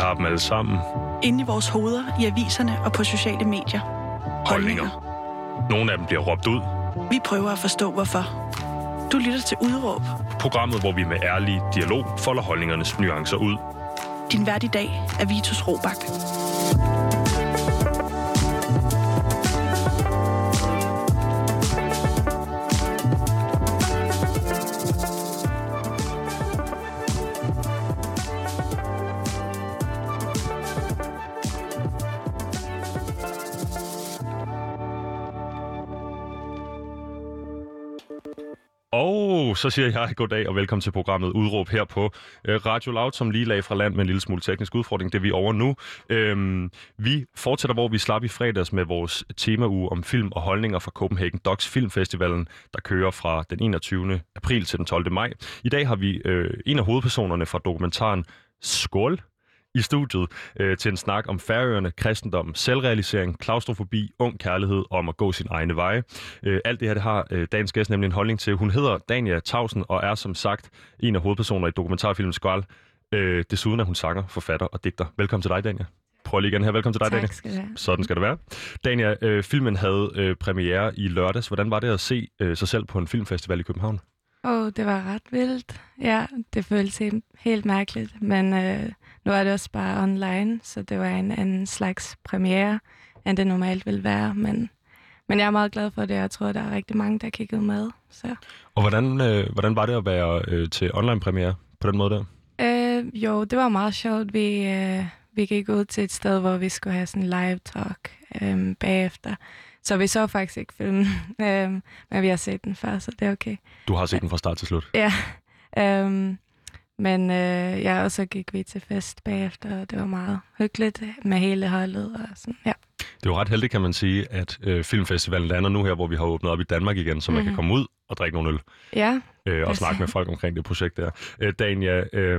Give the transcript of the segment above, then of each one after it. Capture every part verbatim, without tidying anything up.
har dem alle sammen. Inde i vores hoveder, i aviserne og på sociale medier. Holdninger. Nogle af dem bliver råbt ud. Vi prøver at forstå, hvorfor. Du lytter til Udråb. Programmet, hvor vi med ærlig dialog folder holdningernes nuancer ud. Din vært i dag er Vitus Robak. Og så siger jeg goddag og velkommen til programmet Udråb her på øh, Radio Loud, som lige lag fra land med en lille smule teknisk udfordring. Det er vi over nu. Øhm, vi fortsætter, hvor vi slap i fredags med vores temauge om film og holdninger fra Copenhagen Docs Filmfestivalen, der kører fra den enogtyvende april til den tolvte maj. I dag har vi øh, en af hovedpersonerne fra dokumentaren Skål i studiet øh, til en snak om Færøerne, kristendom, selvrealisering, klaustrofobi, ung kærlighed og om at gå sin egne veje. Øh, alt det her, det har øh, dagens gæst nemlig en holdning til. Hun hedder Dania Tausen og er som sagt en af hovedpersoner i dokumentarfilmen Skål. Øh, desuden er hun sanger, forfatter og digter. Velkommen til dig, Dania. Prøv lige igen her. Velkommen til dig, tak, Dania. Skal det være. Sådan skal det være. Dania, øh, filmen havde øh, premiere i lørdags. Hvordan var det at se øh, sig selv på en filmfestival i København? Åh, oh, det var ret vildt. Ja, det føltes helt, helt mærkeligt, men øh, nu er det også bare online, så det var en anden slags premiere, end det normalt ville være. Men, men jeg er meget glad for det, og jeg tror, der er rigtig mange, der kiggede med. Så. Og hvordan, øh, hvordan var det at være øh, til online-premiere på den måde der? Øh, jo, det var meget sjovt. Vi, øh, vi gik ud til et sted, hvor vi skulle have sådan en live talk øh, bagefter. Så vi så faktisk ikke filmen, øhm, men vi har set den før, så det er okay. Du har set den fra start til slut? Ja, øhm, men øh, ja, og så gik vi til fest bagefter, og det var meget hyggeligt med hele holdet. Og sådan, ja. Det er jo ret heldigt, kan man sige, at øh, filmfestivalen lander nu her, hvor vi har åbnet op i Danmark igen, så man mm-hmm. kan komme ud og drikke nogle øl. Ja. Øh, og snakke med folk omkring det projekt der. Øh, Dania, øh,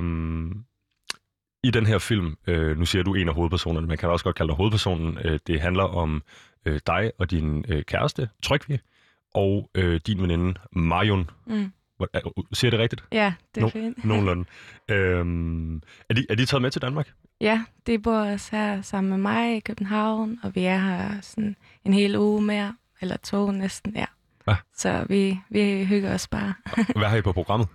i den her film, øh, nu siger du en af hovedpersonerne, man kan også godt kalde dig hovedpersonen, øh, det handler om øh, dig og din øh, kæreste, Trygve, og øh, din veninde, Marion. Mm. Siger jeg det rigtigt? Ja, det er no- fint. Nogenlunde. Øhm, er, de, er de taget med til Danmark? Ja, de bor også her sammen med mig i København, og vi er her sådan en hel uge mere, eller to næsten, ja. Ah. Så vi, vi hygger os bare. Hvad har I på programmet?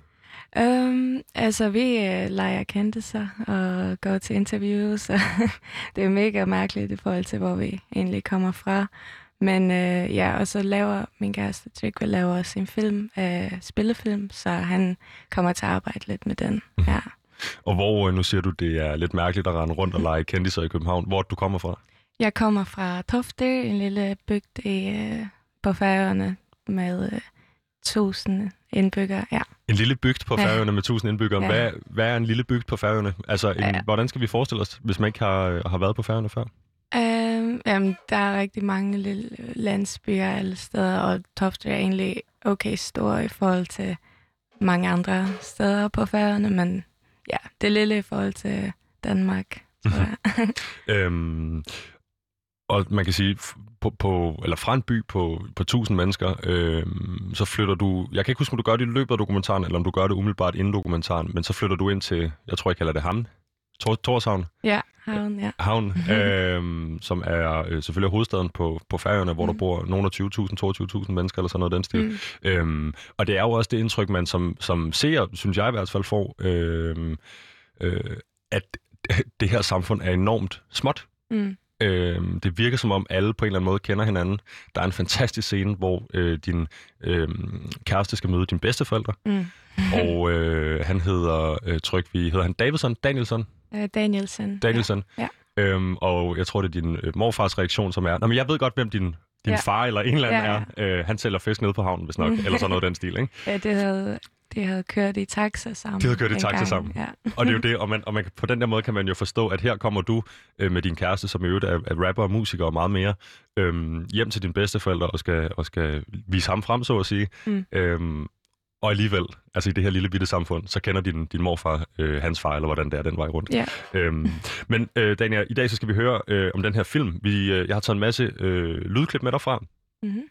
Um, altså, vi uh, leger kendelser og går til interviews, og det er mega mærkeligt i forhold til, hvor vi egentlig kommer fra. Men uh, ja, og så laver min kæreste Trygve laver også en film, uh, spillefilm, så han kommer til at arbejde lidt med den. Mm. Ja. Og hvor, nu siger du, det er lidt mærkeligt at rende rundt og lege kendiser i København. Hvor du kommer fra? Jeg kommer fra Tofte, en lille bygd i, uh, på Færøerne med uh, tusind indbyggere, ja. En lille bygd på Færøerne ja. med tusind indbyggere. Ja. Hvad, hvad er en lille bygd på Færøerne? Altså, en, ja. hvordan skal vi forestille os, hvis man ikke har, har været på Færøerne før? Um, jamen, der er rigtig mange lille landsbyer alle steder, og Tofte er egentlig okay stor i forhold til mange andre steder på Færøerne, men ja, det er lille i forhold til Danmark, tror jeg. øhm, og man kan sige, på, på, eller fra en by på, på tusind mennesker, øh, så flytter du... Jeg kan ikke huske, om du gør det i løbet af dokumentaren, eller om du gør det umiddelbart inden dokumentaren, men så flytter du ind til, jeg tror, jeg kalder det Hamn. Tor, Torshavn. Ja, Havn, ja. Havn, mm-hmm. øh, som er øh, selvfølgelig hovedstaden på, på Færøerne, hvor mm. der bor nogle af tyve tusind, toogtyve tusind mennesker, eller sådan noget den stil. Mm. Øhm, og det er jo også det indtryk, man som, som seer, synes jeg i hvert fald får, øh, øh, at det her samfund er enormt småt. Mm. Øh, det virker som om alle på en eller anden måde kender hinanden. Der er en fantastisk scene, hvor øh, din øh, kæreste skal møde dine bedsteforældre. Mm. og øh, han hedder øh, Trygve, hedder han Davidson? Danielson? Uh, Danielson. Danielson. Ja. Ja. Øhm, og jeg tror, det er din øh, morfars reaktion, som er, nå, men jeg ved godt, hvem din, din ja. far eller en eller anden ja, ja. er. Øh, han sælger fisk nede på havnen, hvis nok, eller sådan noget den stil, ikke? Ja, det havde... De havde kørt i taxa sammen. De havde kørt i taxa gang. sammen. Ja. Og det er jo det, og, man, og man, på den der måde kan man jo forstå, at her kommer du øh, med din kæreste, som i øvrigt er, er rapper og musiker og meget mere, øh, hjem til dine bedsteforældre og skal, og skal vise ham frem, så at sige. Mm. Øhm, og alligevel, altså i det her lille bitte samfund, så kender din, din morfar øh, hans far, eller hvordan det er den vej rundt. Ja. Øhm, men øh, Dania, i dag så skal vi høre øh, om den her film. Vi, øh, jeg har taget en masse øh, lydklip med derfra. Mm-hmm.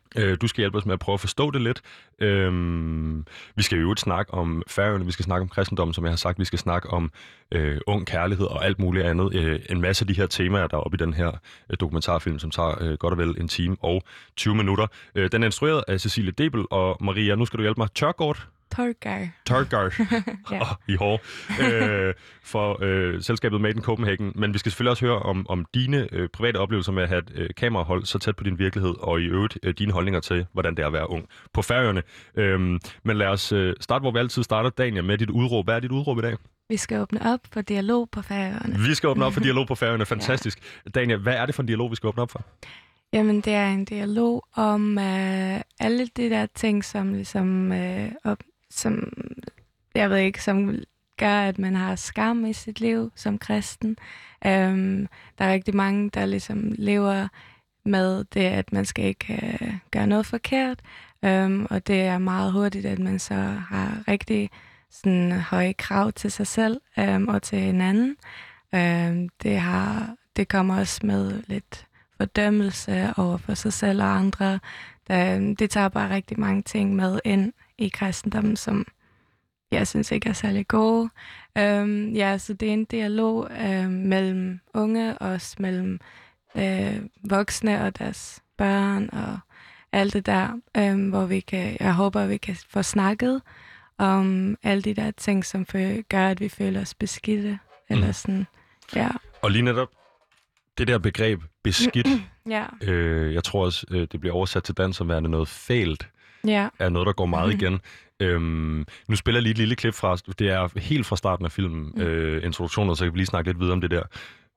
Øh, du skal hjælpe os med at prøve at forstå det lidt. Øh, vi skal jo ikke snakke om Færøerne, vi skal snakke om kristendom, som jeg har sagt. Vi skal snakke om øh, ung kærlighed og alt muligt andet. Øh, en masse af de her temaer, der er oppe i den her øh, dokumentarfilm, som tager øh, godt og vel en time og tyve minutter. Øh, den er instrueret af Cecilie Debel, og Maria, nu skal du hjælpe mig. Tørgaard? Torgar. Torgar. Ja. oh, i hår. øh, for øh, selskabet Made in Copenhagen. Men vi skal selvfølgelig også høre om, om dine øh, private oplevelser med at have et øh, kamerahold så tæt på din virkelighed, og i øvrigt øh, dine holdninger til, hvordan det er at være ung på Færøerne. Øh, men lad os øh, starte, hvor vi altid starter, Dania, med dit udråb. Hvad er dit udråb i dag? Vi skal åbne op for dialog på Færøerne. Vi skal åbne op for dialog på Færøerne. Fantastisk. Ja. Dania, hvad er det for en dialog, vi skal åbne op for? Jamen, det er en dialog om øh, alle de der ting, som ligesom... Øh, op som, jeg ved ikke, som gør, at man har skam i sit liv som kristen. Um, der er rigtig mange, der ligesom lever med det, at man skal ikke uh, gøre noget forkert. Um, og det er meget hurtigt, at man så har rigtig sådan høje krav til sig selv um, og til hinanden. Um, det, har, det kommer også med lidt fordømmelse over for sig selv og andre. Der, det tager bare rigtig mange ting med ind i kristendommen, som jeg synes ikke er særlig gode. Um, ja, så det er en dialog uh, mellem unge, også mellem uh, voksne og deres børn og alt det der, um, hvor vi kan, jeg håber, vi kan få snakket om alle de der ting, som gør, at vi føler os beskidte. Eller mm. sådan, ja. Og lige netop det der begreb beskidt, ja. øh, jeg tror også, øh, det bliver oversat til dansk som værende noget fælt, ja. er noget, der går meget igen. Øhm, nu spiller jeg lige et lille klip fra, det er helt fra starten af filmen, mm. øh, introduktionen, så kan vi lige snakke lidt videre om det der.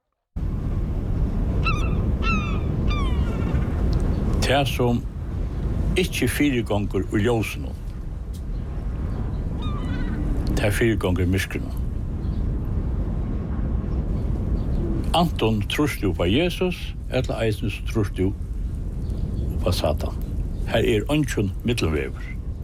Det som ikke fire ganger i ljósene. Det er fire ganger i myskene. Anton trus du på Jesus, eller eisnes trus du på Satan. Her er ønsken middelvever.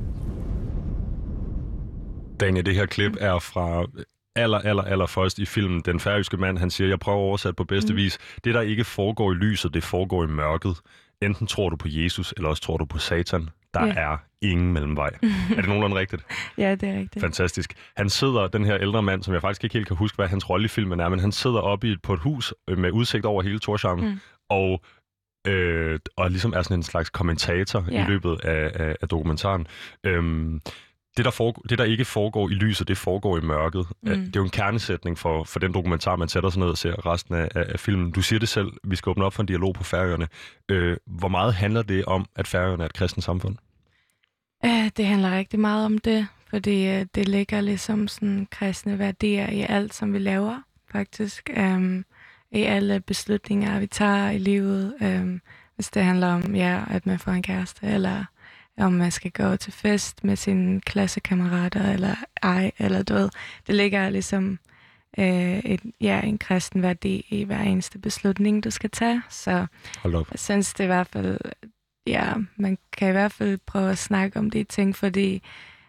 Daniel, det her klip er fra aller, aller, aller først i filmen. Den færøske mand, han siger, jeg prøver at oversætte på bedste mm. vis. Det, der ikke foregår i lyset, det foregår i mørket. Enten tror du på Jesus, eller også tror du på Satan. Der yeah. er ingen mellemvej. Er det nogenlunde rigtigt? Ja, det er rigtigt. Fantastisk. Han sidder, den her ældre mand, som jeg faktisk ikke helt kan huske, hvad hans rolle i filmen er, men han sidder oppe i et, på et hus med udsigt over hele Tórshavn, mm. og, øh, og ligesom er sådan en slags kommentator yeah. i løbet af, af, af dokumentaren. Øhm, Det der, foregår, det, der ikke foregår i lyset, det foregår i mørket. Mm. Det er jo en kernesætning for, for den dokumentar, man sætter sig ned og ser resten af, af filmen. Du siger det selv, vi skal åbne op for en dialog på Færøerne. Øh, hvor meget handler det om, at Færøerne er et kristent samfund? Uh, det handler rigtig meget om det, fordi uh, det ligger ligesom sådan kristne værdier i alt, som vi laver, faktisk. Um, I alle beslutninger, vi tager i livet. Um, hvis det handler om, ja, at man får en kæreste, eller om man skal gå til fest med sine klassekammerater, eller ej, eller du ved. Det ligger ligesom øh, et, ja, en kristen værdi i hver eneste beslutning, du skal tage. Så Hold op. Jeg synes det i hvert fald, ja, man kan i hvert fald prøve at snakke om de ting, fordi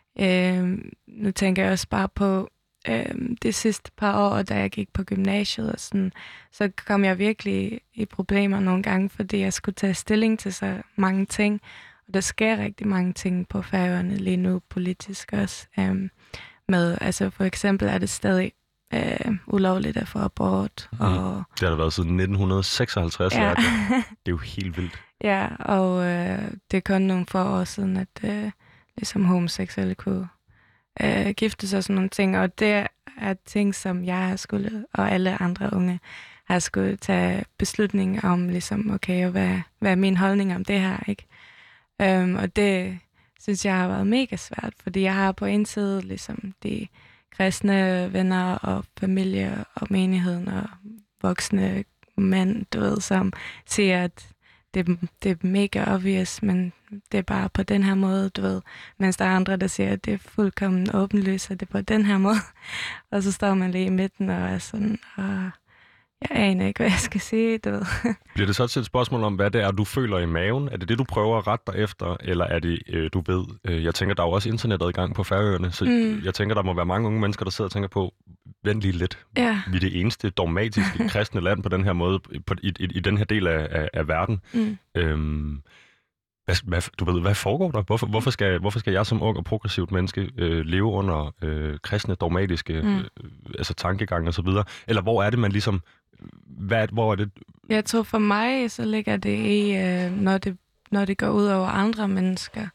øh, nu tænker jeg også bare på øh, de sidste par år, da jeg gik på gymnasiet, og sådan, så kom jeg virkelig i problemer nogle gange, fordi jeg skulle tage stilling til så mange ting. Og der sker rigtig mange ting på Færøerne lige nu, politisk også. Um, med, altså for eksempel er det stadig uh, ulovligt at få abort. Mm. Og, det har der været siden nitten seksoghalvtreds. Ja. Det er jo helt vildt. Ja, og uh, det er kun nogle få år siden, at uh, ligesom homoseksuelle kunne uh, gifte sig og sådan nogle ting. Og det er ting, som jeg har skulle, og alle andre unge har skulle tage beslutning om, ligesom, okay, hvad, hvad er min holdning om det her, ikke? Um, og det synes jeg har været mega svært, fordi jeg har på en side ligesom de kristne venner og familie og menigheden og voksne mænd, du ved, som siger, at det, det er mega obvious, men det er bare på den her måde, du ved. Mens der er andre, der siger, at det er fuldkommen åbenlyst, at det er på den her måde. Og så står man lige i midten og er sådan, og jeg aner ikke, hvad jeg skal sige, du ved. Bliver det så til et spørgsmål om, hvad det er, du føler i maven? Er det det, du prøver at rette dig efter? Eller er det, øh, du ved, øh, jeg tænker, der er jo også internetadgang på Færøerne, så mm. jeg tænker, der må være mange unge mennesker, der sidder og tænker på, vent lige lidt. Ja. Vi er det eneste dogmatiske kristne land på den her måde, på, i, i, i den her del af, af, af verden. Mm. Øhm, Hvad, hvad, du ved, hvad foregår der? Hvorfor, hvorfor, skal, hvorfor skal jeg som ung og progressivt menneske øh, leve under øh, kristne, dogmatiske mm. øh, altså tankegange og så videre? Eller hvor er det, man ligesom... Hvad, hvor er det? Jeg tror for mig, så ligger det i, øh, når, det, når det går ud over andre mennesker,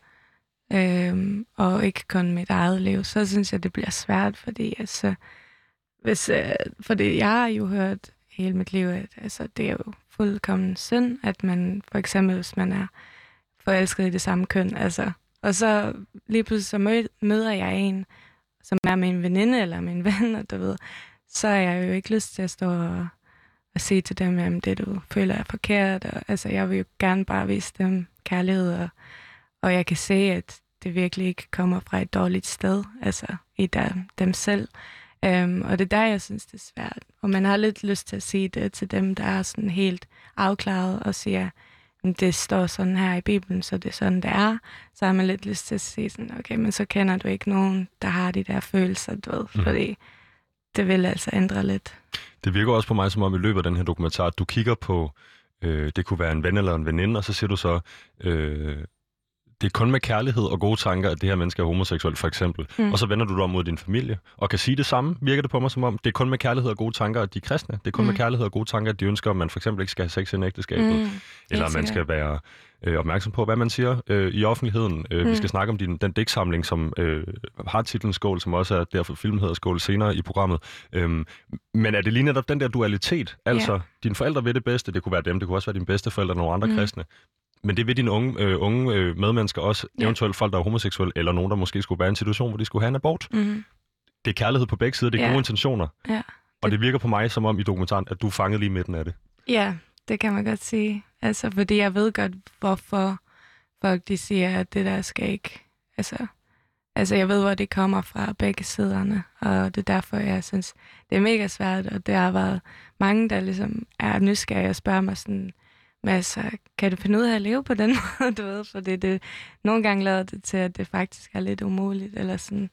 øh, og ikke kun mit eget liv, så synes jeg, det bliver svært, fordi altså, hvis, øh, fordi jeg har jo hørt hele mit liv, at altså, det er jo fuldkommen synd, at man, for eksempel hvis man er forelsket i det samme køn, altså, og så lige pludselig så møder jeg en, som er min veninde eller min ven, og du ved, så har jeg jo ikke lyst til at stå og, og sige til dem, at det du føler er forkert, og altså, jeg vil jo gerne bare vise dem kærlighed, og, og jeg kan se, at det virkelig ikke kommer fra et dårligt sted, altså i der, dem selv. Um, og det er der, jeg synes, det er svært. Og man har lidt lyst til at sige det til dem, der er sådan helt afklaret og siger, det står sådan her i Bibelen, så det er sådan, det er. Så har man lidt lyst til at sige sådan, okay, men så kender du ikke nogen, der har de der følelser, du ved, mm. fordi det vil altså ændre lidt. Det virker også på mig, som om i løbet af den her dokumentar, at du kigger på, øh, det kunne være en ven eller en veninde, og så siger du så, øh, det er kun med kærlighed og gode tanker, at det her menneske er homoseksuel, for eksempel. Mm. Og så vender du dig om mod din familie, og kan sige det samme, virker det på mig som om, det er kun med kærlighed og gode tanker, at de er kristne. Det er kun mm. med kærlighed og gode tanker, at de ønsker, at man for eksempel ikke skal have sex i en ægteskabet. Mm. Eller at man skal være øh, opmærksom på, hvad man siger øh, i offentligheden. Øh, mm. Vi skal snakke om din, den digtsamling, som øh, har titlen Skål, som også er derfor filmen hedder Skål senere i programmet. Øhm, men er det lige netop den der dualitet? Altså, yeah. dine forældre ved det bedste, det kunne være dem, det kunne også være dine bedsteforældre, nogle andre mm. kristne. Men det vil dine unge, øh, unge øh, medmennesker også, ja. Eventuelt folk, der er homoseksuelle, eller nogen, der måske skulle være i en situation, hvor de skulle have en abort. Mm-hmm. Det er kærlighed på begge sider, det er ja. Gode intentioner. Ja. Og det virker på mig som om i dokumentaren, at du er fanget lige i midten af det. Ja, det kan man godt sige. Altså, fordi jeg ved godt, hvorfor folk de siger, at det der skal ikke... Altså, altså jeg ved, hvor det kommer fra begge siderne, og det er derfor, jeg synes, det er mega svært, og det har været mange, der ligesom er nysgerrige og spørger mig sådan... Men altså, kan du finde ud af at leve på den måde, du ved? Fordi det nogle gange lader det til, at det faktisk er lidt umuligt, eller sådan.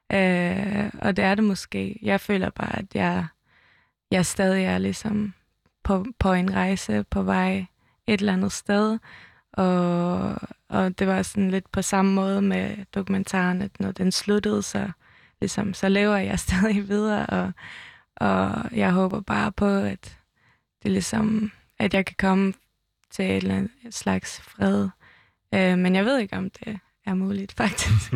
Øh, og det er det måske. Jeg føler bare, at jeg, jeg stadig er ligesom på, på en rejse, på vej et eller andet sted. Og, og det var sådan lidt på samme måde med dokumentaren, at når den sluttede, så, ligesom, så lever jeg stadig videre. Og, og jeg håber bare på, at det ligesom, at jeg kan komme til et eller andet slags fred. Øh, men jeg ved ikke, om det er muligt, faktisk.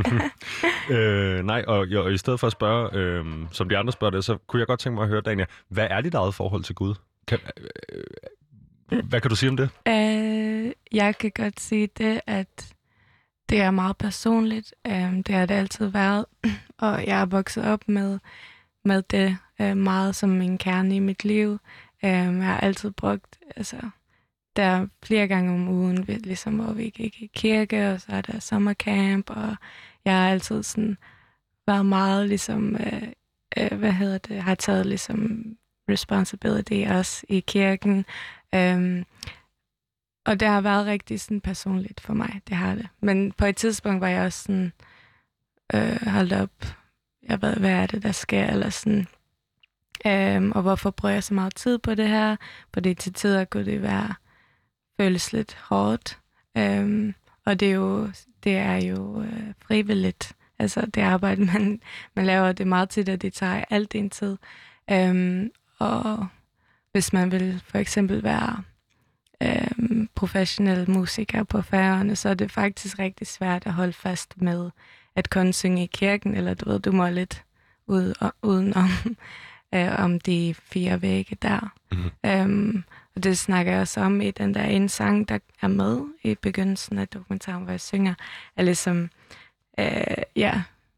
øh, nej, og, og i stedet for at spørge, øh, som de andre spørger det, så kunne jeg godt tænke mig at høre, Dania, hvad er dit eget forhold til Gud? Kan, øh, hvad kan du sige om det? Øh, jeg kan godt sige det, at det er meget personligt. Øh, det har det altid været, og jeg er vokset op med, med det øh, meget som min kerne i mit liv. Øh, jeg har altid brugt... Altså, der er flere gange om ugen, ligesom, hvor vi gik i kirke, og så er der sommercamp, og jeg har altid sådan været meget ligesom, øh, øh, hvad hedder det, har taget ligesom responsibility også i kirken. Um, og det har været rigtig sådan personligt for mig, det har det. Men på et tidspunkt var jeg også sådan, øh, holdt op, jeg ved, hvad er det, der sker, eller sådan, um, og hvorfor bruger jeg så meget tid på det her? Fordi til tider kunne det være føles lidt hårdt, øhm, og det er jo, det er jo øh, frivilligt. Altså det arbejde, man, man laver, det meget tit, at det tager alt din tid. Øhm, og hvis man vil for eksempel være øhm, professionel musiker på Færøerne, så er det faktisk rigtig svært at holde fast med at kun synge i kirken, eller du ved, du må lidt ud, og, udenom øh, om de fire vægge der. Mm-hmm. Øhm, Og det snakker jeg også om i den der ene sang, der er med i begyndelsen af dokumentaren, hvor jeg synger. Er ligesom, øh, ja,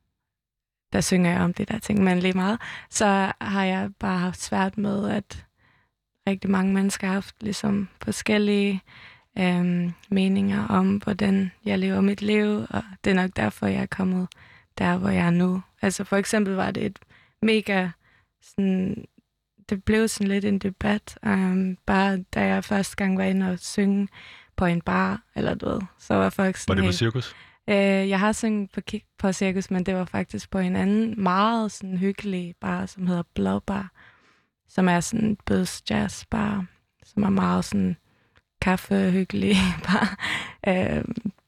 der synger jeg om det der ting, men lige meget. Så har jeg bare haft svært med, at rigtig mange mennesker har haft ligesom forskellige øh, meninger om, hvordan jeg lever mit liv. Og det er nok derfor, jeg er kommet der, hvor jeg er nu. Altså for eksempel var det et mega sådan... Det blev sådan lidt en debat, um, bare da jeg første gang var inde og synge på en bar, eller du ved, så var folk sådan... Var det på helt, cirkus? Øh, jeg har sunget på, på cirkus, men det var faktisk på en anden meget sådan hyggelig bar, som hedder Blå Bar, som er sådan en bøs jazzbar, som er meget sådan kaffehyggelig bar. Øh,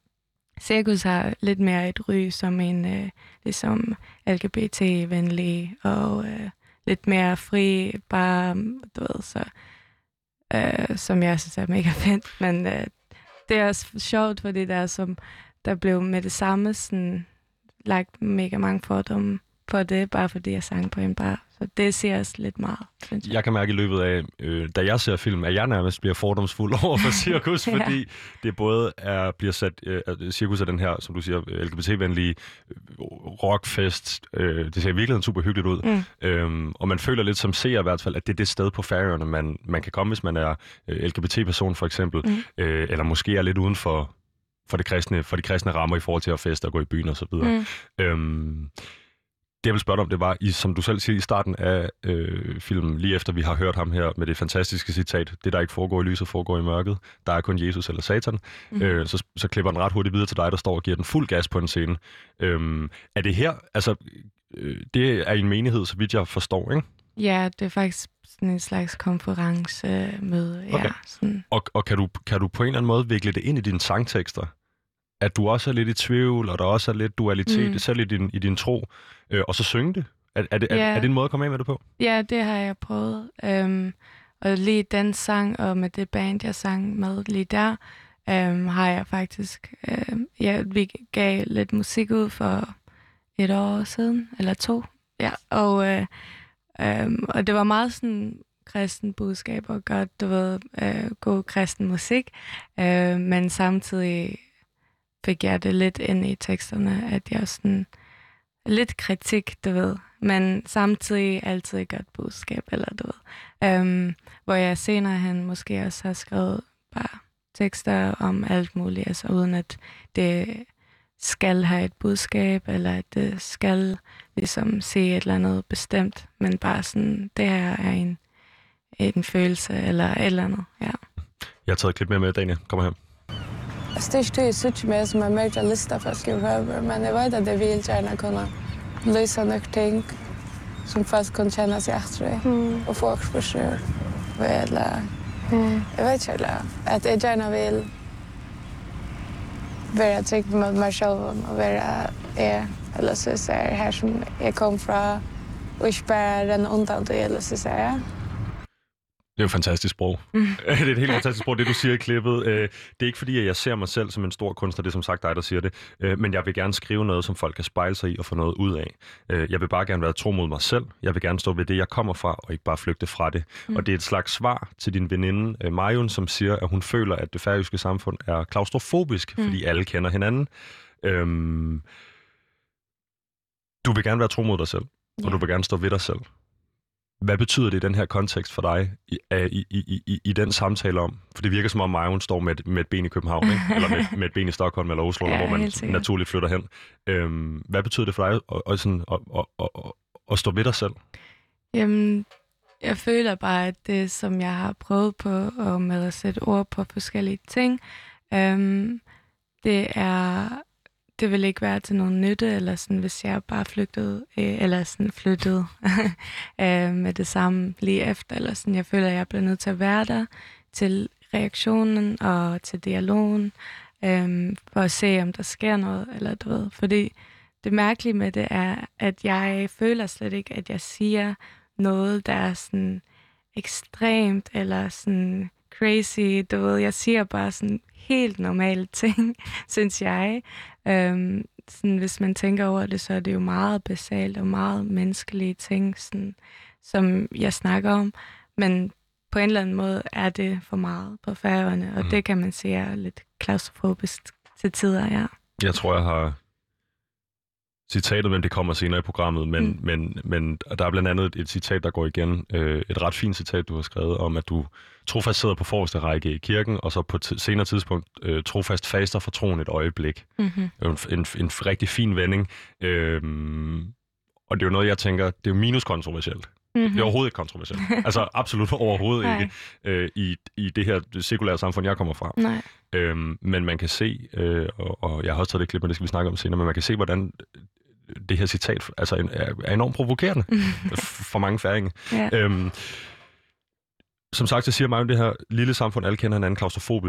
Cirkus har lidt mere et ry som en øh, ligesom L G B T-venlig og øh, lidt mere fri, bare, du ved, så, øh, som jeg synes er mega fedt. Men øh, det er også sjovt, fordi der, som, der blev med det samme sådan, lagt mega mange fordomme på det, bare fordi jeg sang på en bar. Så det siger også lidt meget, synes jeg. Jeg kan mærke i løbet af, øh, da jeg ser film, at jeg nærmest bliver fordomsfuld over for cirkus, ja. Fordi det både er, bliver sat, øh, cirkus er den her, som du siger, L G B T-venlige øh, rockfest. Øh, det ser virkelig super hyggeligt ud. Mm. Øhm, og man føler lidt som seer i hvert fald, at det er det sted på Færøerne, man, man kan komme, hvis man er øh, L G B T-person for eksempel, mm. øh, eller måske er lidt uden for, for, det kristne, for de kristne rammer i forhold til at feste og gå i byen og så videre. Mm. Øhm, Det jeg vil spørge dig om, det var, i, som du selv siger, i starten af øh, filmen, lige efter vi har hørt ham her med det fantastiske citat, det der ikke foregår i lyset, foregår i mørket, der er kun Jesus eller Satan, mm. øh, så, så klipper den ret hurtigt videre til dig, der står og giver den fuld gas på en scene. Øhm, er det her, altså, øh, det er en menighed, så vidt jeg forstår, ikke? Ja, det er faktisk sådan en slags konferencemøde. Okay. Ja, sådan. Og, og kan, du, kan du på en eller anden måde vikle det ind i dine sangtekster? At du også er lidt i tvivl, og der også er lidt dualitet, mm. selv i din, i din tro, øh, og så synge det? Er, er, det, ja. er, er det en måde at komme af med det på? Ja, det har jeg prøvet. Øhm, og lige den sang, og med det band, jeg sang med lige der, øhm, har jeg faktisk... Øhm, ja, vi gav lidt musik ud for et år siden, eller to. Ja, og, øh, øhm, og det var meget sådan kristen budskab, og godt, du ved, øh, god kristen musik, øh, men samtidig fik jeg det lidt ind i teksterne, at jeg sådan lidt kritik, du ved, men samtidig altid et godt budskab, eller du ved. Um, hvor jeg senere hen måske også har skrevet bare tekster om alt muligt, altså uden at det skal have et budskab, eller at det skal ligesom sige et eller andet bestemt, men bare sådan, det her er en, en følelse, eller et eller andet, ja. Jeg har taget et klip med med, Daniel. Kom her. Altså, det er ikke det, jeg synes med, som er mer til lista for at skrive høver, men jeg ved, at jeg vil gerne kunne løse nogle ting, som folk kunne kende sig efter, mm. og folk forstår, eller, mm. jeg ved ikke, eller, at jeg gerne vil være trygg med mig selv, og være jeg, eller så siger jeg her, som jeg kom fra, og ikke bare rende undan det, eller så siger jeg. Det er jo et fantastisk sprog. Mm. Det er et helt fantastisk sprog, det du siger i klippet. Det er ikke fordi, at jeg ser mig selv som en stor kunstner, det er som sagt dig, der siger det, men jeg vil gerne skrive noget, som folk kan spejle sig i og få noget ud af. Jeg vil bare gerne være tro mod mig selv. Jeg vil gerne stå ved det, jeg kommer fra, og ikke bare flygte fra det. Mm. Og det er et slags svar til din veninde, Marion, som siger, at hun føler, at det færøske samfund er klaustrofobisk, mm. fordi alle kender hinanden. Øhm... Du vil gerne være tro mod dig selv, og yeah. du vil gerne stå ved dig selv. Hvad betyder det i den her kontekst for dig, i, i, i, i, i den samtale om? For det virker som om Marion står med et, med et ben i København, ikke? Eller med, med et ben i Stockholm eller Oslo, ja, hvor man naturligt flytter hen. Øhm, hvad betyder det for dig at, at, sådan, at, at, at, at stå ved dig selv? Jamen, jeg føler bare, at det, som jeg har prøvet på, og med at sætte ord på forskellige ting, øhm, det er... Det vil ikke være til nogen nytte, eller sådan, hvis jeg bare flygtede, øh, eller sådan flyttede øh, med det samme lige efter. Eller sådan. Jeg føler, at jeg bliver nødt til at være der til reaktionen og til dialogen, øh, for at se, om der sker noget, eller du ved. Fordi det mærkelige med det er, at jeg føler slet ikke, at jeg siger noget, der er sådan ekstremt, eller sådan crazy, du ved. Jeg siger bare sådan helt normale ting, synes jeg. Øhm, sådan, hvis man tænker over det, så er det jo meget basalt og meget menneskelige ting, sådan, som jeg snakker om. Men på en eller anden måde er det for meget på Færøerne, og mm. det kan man sige er lidt klaustrofobisk til tider, ja. Jeg tror, jeg har citatet, men det kommer senere i programmet, men, mm. men, men der er blandt andet et, et citat, der går igen. Øh, et ret fint citat, du har skrevet om, at du trofast sidder på forreste række i kirken, og så på et senere tidspunkt øh, trofast faster for troen et øjeblik. Mm-hmm. En, en, en rigtig fin vending. Øh, og det er jo noget, jeg tænker, det er jo minus kontroversielt. Mm-hmm. Det er overhovedet ikke kontroversielt. Altså absolut overhovedet ikke øh, i, i det her sekulære samfund, jeg kommer fra. Nej. Øhm, men man kan se, øh, og, og jeg har også taget det klip, men det skal vi snakke om senere, men man kan se, hvordan det her citat altså, er, er enormt provokerende for mange færinger. Ja. Øhm, som sagt, så siger mig, at det her lille samfund, alle kender hinanden klaustrofobisk.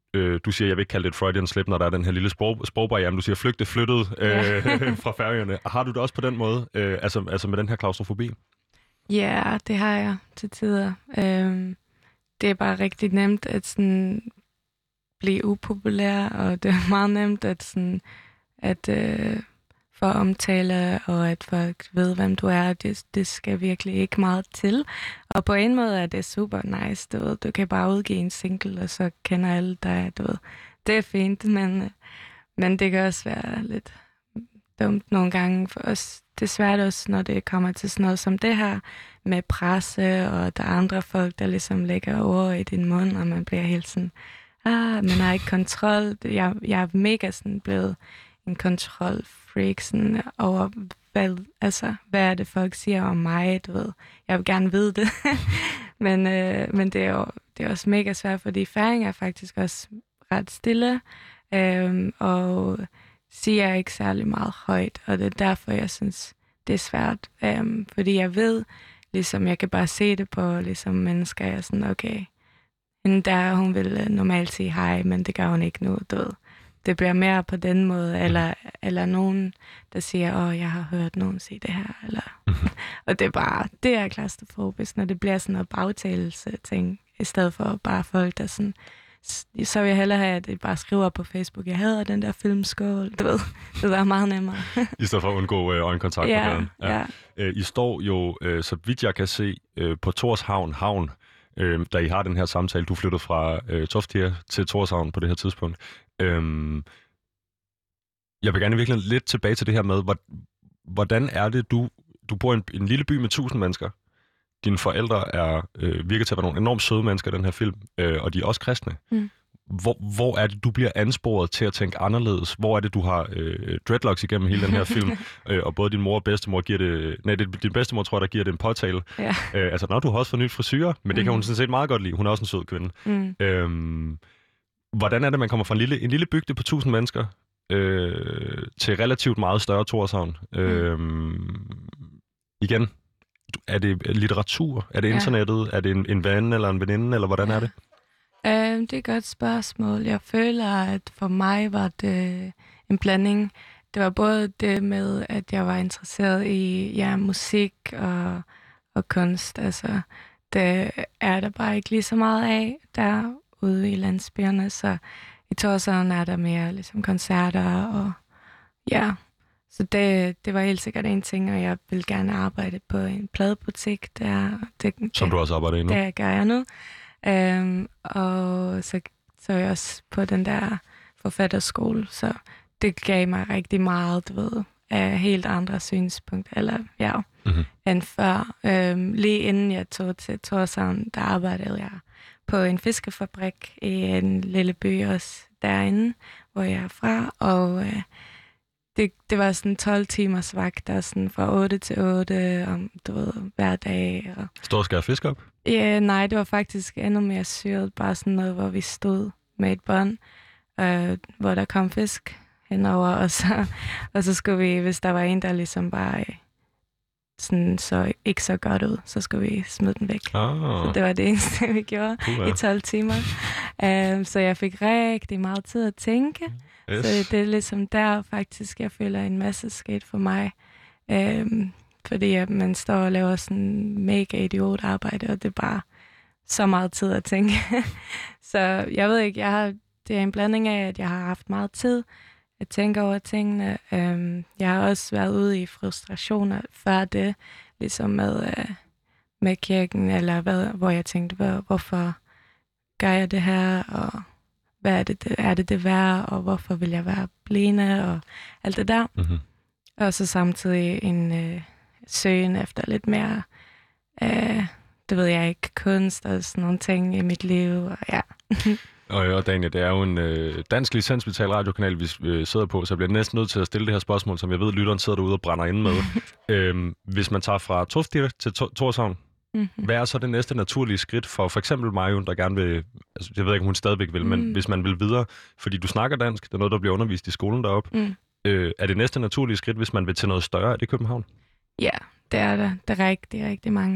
øh, du siger, jeg vil ikke kalde det et Freudian slip, når der er den her lille sprog, sprogbarriere, men du siger flygte, flyttet øh, ja. fra Færøerne. Har du det også på den måde, øh, altså, altså med den her klaustrofobi? Ja, det har jeg til tider. Øhm, det er bare rigtig nemt at sådan blive upopulær, og det er meget nemt at sådan at øh, få omtale, og at folk ved, hvem du er. Det, det skal virkelig ikke meget til. Og på en måde er det super nice, du ved. Du kan bare udgive en single, og så kender alle dig, du ved. Det er fint, men, men det kan også være lidt dumt nogle gange for os. Det er svært også, når det kommer til sådan noget som det her, med presse, og der er andre folk, der ligesom lægger ord i din mund, og man bliver helt sådan, ah, man har ikke kontrol. Jeg, jeg er mega sådan blevet en kontrolfreak sådan over, hvad, altså, hvad er det, folk siger om mig, du ved. Jeg vil gerne vide det. men øh, men det, er jo, det er også mega svært, fordi færinger er faktisk også ret stille, øh, og siger ikke særlig meget højt, og det er derfor, jeg synes, det er svært. Øh, fordi jeg ved, ligesom, jeg kan bare se det på ligesom, mennesker, jeg er sådan, okay, hende der, hun vil normalt sige hej, men det gør hun ikke nu, du ved. Det bliver mere på den måde, eller, eller nogen, der siger, åh, jeg har hørt nogen sige det her, eller... og det er bare, det er klaustrofobisk, når det bliver sådan noget bagtagelse ting, i stedet for bare folk, der sådan... Så vil jeg hellere have, at det bare skriver på Facebook, jeg hader den der filmskål, du ved. Det er meget nemmere. I stedet for at undgå øh, øjenkontakt ja, på gaden. Ja. Ja. I står jo, øh, så vidt jeg kan se, øh, på Tórshavn Havn, øh, da I har den her samtale. Du flyttede fra øh, Toftir til Tórshavn på det her tidspunkt. Øh, jeg vil gerne virkelig lidt tilbage til det her med, hvordan er det, du, du bor i en, en lille by med tusind mennesker. Dine forældre er øh, virker til at være nogle enormt søde mennesker i den her film, øh, og de er også kristne. Mm. Hvor, hvor er det, du bliver ansporet til at tænke anderledes? Hvor er det, du har øh, dreadlocks igennem hele den her film, øh, og både din mor og bedstemor giver det... Nej, det, din bedstemor tror jeg, der giver det en påtale. Ja. Øh, altså, når du har også fået nyt frisyr, men det mm. kan hun sådan set meget godt lide. Hun er også en sød kvinde. Mm. Øhm, hvordan er det, man kommer fra en lille, en lille bygde på tusind mennesker øh, til relativt meget større Tórshavn? Øh, mm. Igen... Er det litteratur? Er det internettet? Ja. Er det en, en ven eller en veninde, eller hvordan ja. er det? Uh, det er et godt spørgsmål. Jeg føler, at for mig var det en blanding. Det var både det med, at jeg var interesseret i ja, musik og, og kunst. Altså, det er der bare ikke lige så meget af derude i landsbyerne, så i Tórshavn er der mere ligesom koncerter og ja... Så det, det var helt sikkert en ting, og jeg vil gerne arbejde på en pladebutik. Der, det, Som du også arbejder i nu? Det gør jeg nu. Um, og så, så er jeg også på den der forfatterskole, så det gav mig rigtig meget, du ved, af helt andre synspunkter, eller ja, mm-hmm. end før. Um, lige inden jeg tog til Tórshavn, der arbejdede jeg på en fiskefabrik i en lille by også derinde, hvor jeg er fra, og... Uh, Det, det var sådan tolv timers vagt, der sådan fra otte til otte, om, du ved, hver dag. Og... Stå og skære fisk op? Ja, nej, det var faktisk endnu mere syret. Bare sådan noget, hvor vi stod med et bånd, øh, hvor der kom fisk henover, og så, og så skulle vi, hvis der var en, der ligesom bare sådan, så ikke så godt ud, så skulle vi smide den væk. Oh. Så det var det eneste, vi gjorde uh, i tolv timer. Uh, så jeg fik rigtig meget tid at tænke. Yes. Så det er ligesom der faktisk, jeg føler en masse sket for mig. Øhm, fordi at man står og laver sådan mega idiot arbejde, og det er bare så meget tid at tænke. Så jeg ved ikke, jeg har, det er en blanding af, at jeg har haft meget tid at tænke over tingene. Øhm, jeg har også været ude i frustrationer før det, ligesom med, øh, med kirken, eller hvad, hvor jeg tænkte, hvor, hvorfor gør jeg det her, og hvad er det, det, er det det værd, og hvorfor vil jeg være blinde, og alt det der. Mm-hmm. Og så samtidig en øh, søgen efter lidt mere, øh, det ved jeg ikke, kunst og sådan nogle ting i mit liv, og ja. Og, og Dania, det er jo en øh, dansk licensbetalt radiokanal, vi øh, sidder på, så jeg bliver næsten nødt til at stille det her spørgsmål, som jeg ved, lytteren sidder derude og brænder inde med. øhm, hvis man tager fra Toftir til Tórshavn, mm-hmm. hvad er så det næste naturlige skridt for for eksempel Marion, der gerne vil, altså jeg ved ikke, om hun stadigvæk vil, mm. men hvis man vil videre, fordi du snakker dansk, det er noget, der bliver undervist i skolen deroppe, mm. øh, er det næste naturlige skridt, hvis man vil til noget større, er det København? Ja, det er der. Der er rigtig, rigtig mange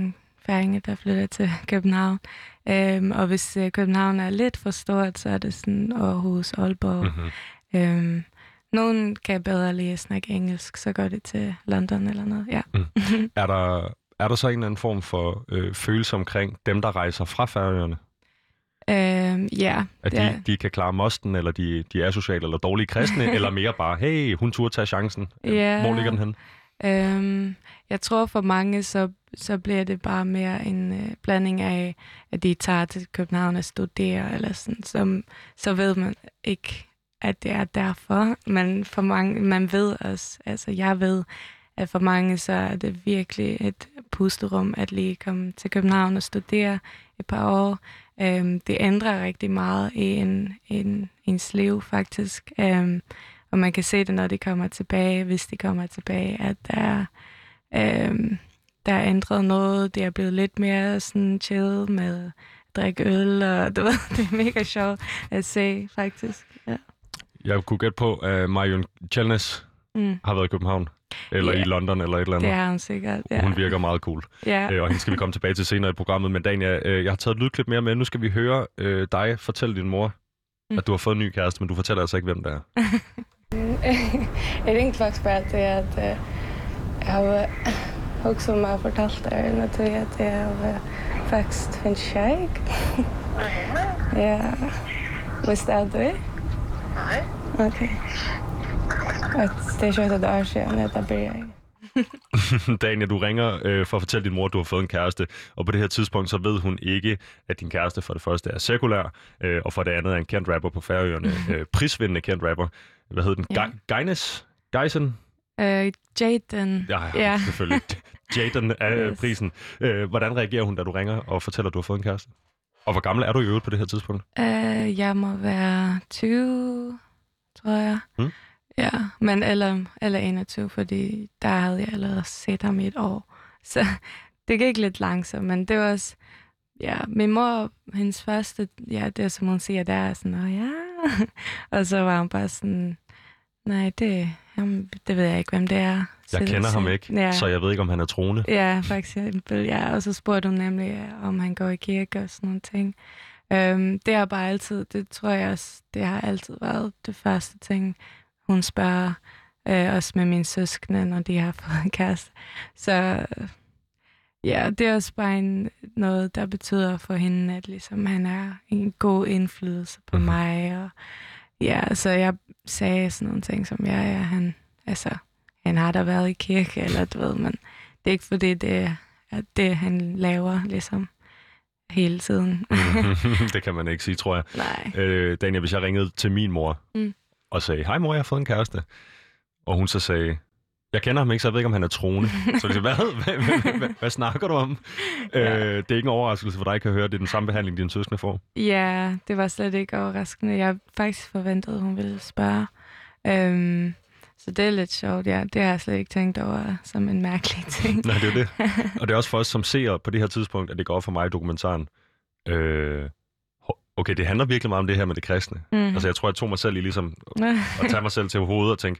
færinger, der flytter til København. Øhm, og hvis øh, København er lidt for stort, så er det sådan Aarhus, Aalborg. Mm-hmm. Øhm, nogen kan bedre lige at snakke engelsk, så går det til London eller noget. Ja. Mm. er, der, er der så en eller anden form for øh, følelse omkring dem, der rejser fra Færøerne? Øhm, ja. At de, de kan klare mosten, eller de, de er sociale eller dårlige kristne, eller mere bare, hey, hun turde tage chancen. Ja. Hvor ligger den hen? Øhm, jeg tror for mange, så, så bliver det bare mere en øh, blanding af, at de tager til København og studerer, eller sådan, så, så ved man ikke, at det er derfor. Men for mange, man ved også, altså jeg ved, at for mange, så er det virkelig et pusterum, at lige komme til København og studere et par år. Øhm, det ændrer rigtig meget i en, en, ens liv, faktisk. Øhm, og man kan se det, når de kommer tilbage, hvis de kommer tilbage, at der, øhm, der er ændret noget. Det er blevet lidt mere sådan chill med at drikke øl, og du ved, det er mega sjovt at se, faktisk. Ja. Jeg kunne gætte på, at Marion Chelnes mm. har været i København. Eller yeah. i London, eller et eller andet. Det er hun sikkert, ja. Hun virker meget cool. Yeah. Øh, og hende skal vi komme tilbage til senere i programmet. Men Dania, øh, jeg har taget et lydklip mere med. Nu skal vi høre øh, dig fortælle din mor, mm. at du har fået en ny kæreste, men du fortæller altså ikke, hvem det er. Jeg ringte faktisk bare til, at uh, jeg har også meget fortalt dig, at jeg har faktisk en tjej. Ja. Visste du det? Nej. Okay. Det er sjovt, at det er siden, at der bliver jeg. Dania, du ringer øh, for at fortælle din mor, at du har fået en kæreste, og på det her tidspunkt, så ved hun ikke, at din kæreste for det første er sekulær, øh, og for det andet er en kendt rapper på Færøerne. øh, prisvindende kendt rapper. Hvad hedder den? Ja. Geines? Geisen? Øh, Jaden. Ja, ja, selvfølgelig. Jaden er yes. prisen. Øh, hvordan reagerer hun, da du ringer og fortæller, at du har fået en kæreste? Og hvor gammel er du i øvrigt på det her tidspunkt? Øh, jeg må være tyve, tror jeg. Hmm? Ja, men eller, eller enogtyve, fordi der havde jeg allerede set ham i et år. Så det gik lidt langsomt, men det var også... Ja, min mor, hendes første... Ja, det er som hun siger, der er sådan, åh ja... Og så var hun bare sådan... Nej, det, jamen, det ved jeg ikke, hvem det er. Jeg så kender ham ikke, ja. Så jeg ved ikke, om han er troende. Ja, faktisk. Ja. Og så spurgte hun nemlig, om han går i kirke og sådan nogle ting. Øhm, det har bare altid... Det tror jeg også, det har altid været det første ting... Hun spørger øh, også med mine søskende, når de har fået en kæreste. Så ja, det er også bare en, noget, der betyder for hende, at ligesom, han er en god indflydelse på mm-hmm. mig. Og, ja, så jeg sagde sådan nogle ting som, ja, ja, han, altså, han har da været i kirke, eller du ved, men det er ikke fordi, det er det, han laver, ligesom, hele tiden. Det kan man ikke sige, tror jeg. Nej. Øh, Dania, hvis jeg ringede til min mor, mm. og sagde, hej mor, jeg har fået en kæreste. Og hun så sagde, jeg kender ham ikke, så jeg ved ikke, om han er troende. Så jeg sagde, hvad, hvad, hvad, hvad, hvad snakker du om? Ja. Øh, det er ikke en overraskelse for dig, kan høre, det er den samme behandling, dine søskende får. Ja, det var slet ikke overraskende. Jeg faktisk forventede, hun ville spørge. Øhm, så det er lidt sjovt, ja. Det har jeg slet ikke tænkt over som en mærkelig ting. Nej, det er det. Og det er også for os, som ser på det her tidspunkt, at det går op for mig i dokumentaren. Øh... Okay, det handler virkelig meget om det her med det kristne. Mm. Altså, jeg tror, jeg tog mig selv i ligesom at tage mig selv til hovedet og tænke,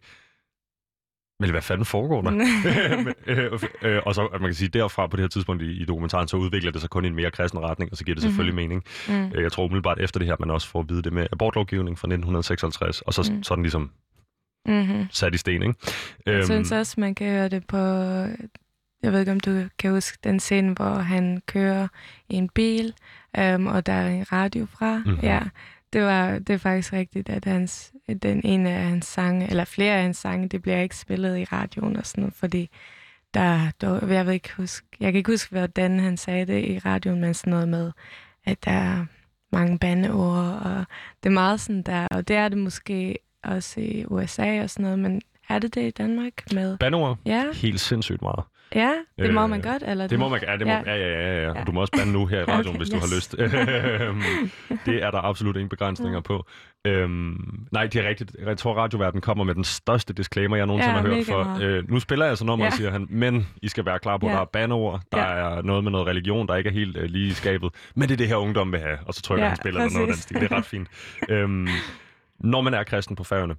men hvad fanden foregår der? men, øh, øh, og så, at man kan sige, derfra på det her tidspunkt i, i dokumentaren, så udvikler det sig kun i en mere kristen retning, og så giver det selvfølgelig mm. mening. Mm. Jeg tror umiddelbart efter det her, man også får at vide det med abortlovgivning fra nitten seksoghalvtreds, og så, mm. så er den ligesom mm-hmm. sat i sten, ikke? Jeg øhm, synes også, man kan høre det på... Jeg ved ikke, om du kan huske den scene, hvor han kører i en bil, øhm, og der er en radio fra. Mm-hmm. Ja, det var det er faktisk rigtigt, at hans, den ene af hans sange, eller flere af hans sange, det bliver ikke spillet i radioen og sådan noget, fordi der, der, jeg ved ikke huske, jeg kan ikke huske, hvordan han sagde det i radioen, men sådan noget med, at der er mange bandeord, og det er meget sådan der, og det er det måske også i U S A og sådan noget, men er det det i Danmark med? Bandeord? Ja. Helt sindssygt meget. Ja, det må øh, man godt, eller? Det må man, ja, det må, ja. Ja, ja, ja, ja. Og du må også bande nu her i radioen, okay, hvis du yes. har lyst. Det er der absolut ingen begrænsninger mm. på. Øhm, nej, det er rigtigt. Jeg tror, radioverden kommer med den største disclaimer, jeg nogensinde ja, har hørt. For, øh, nu spiller jeg så nummer, ja. siger han, men I skal være klar på, at ja. der er bandeord, der ja. er noget med noget religion, der ikke er helt øh, lige i skabet. Men det er det her ungdom vil have, og så trykker ja, han spiller der noget af den stil. Det er ret fint. øhm, når man er kristen på Færøerne,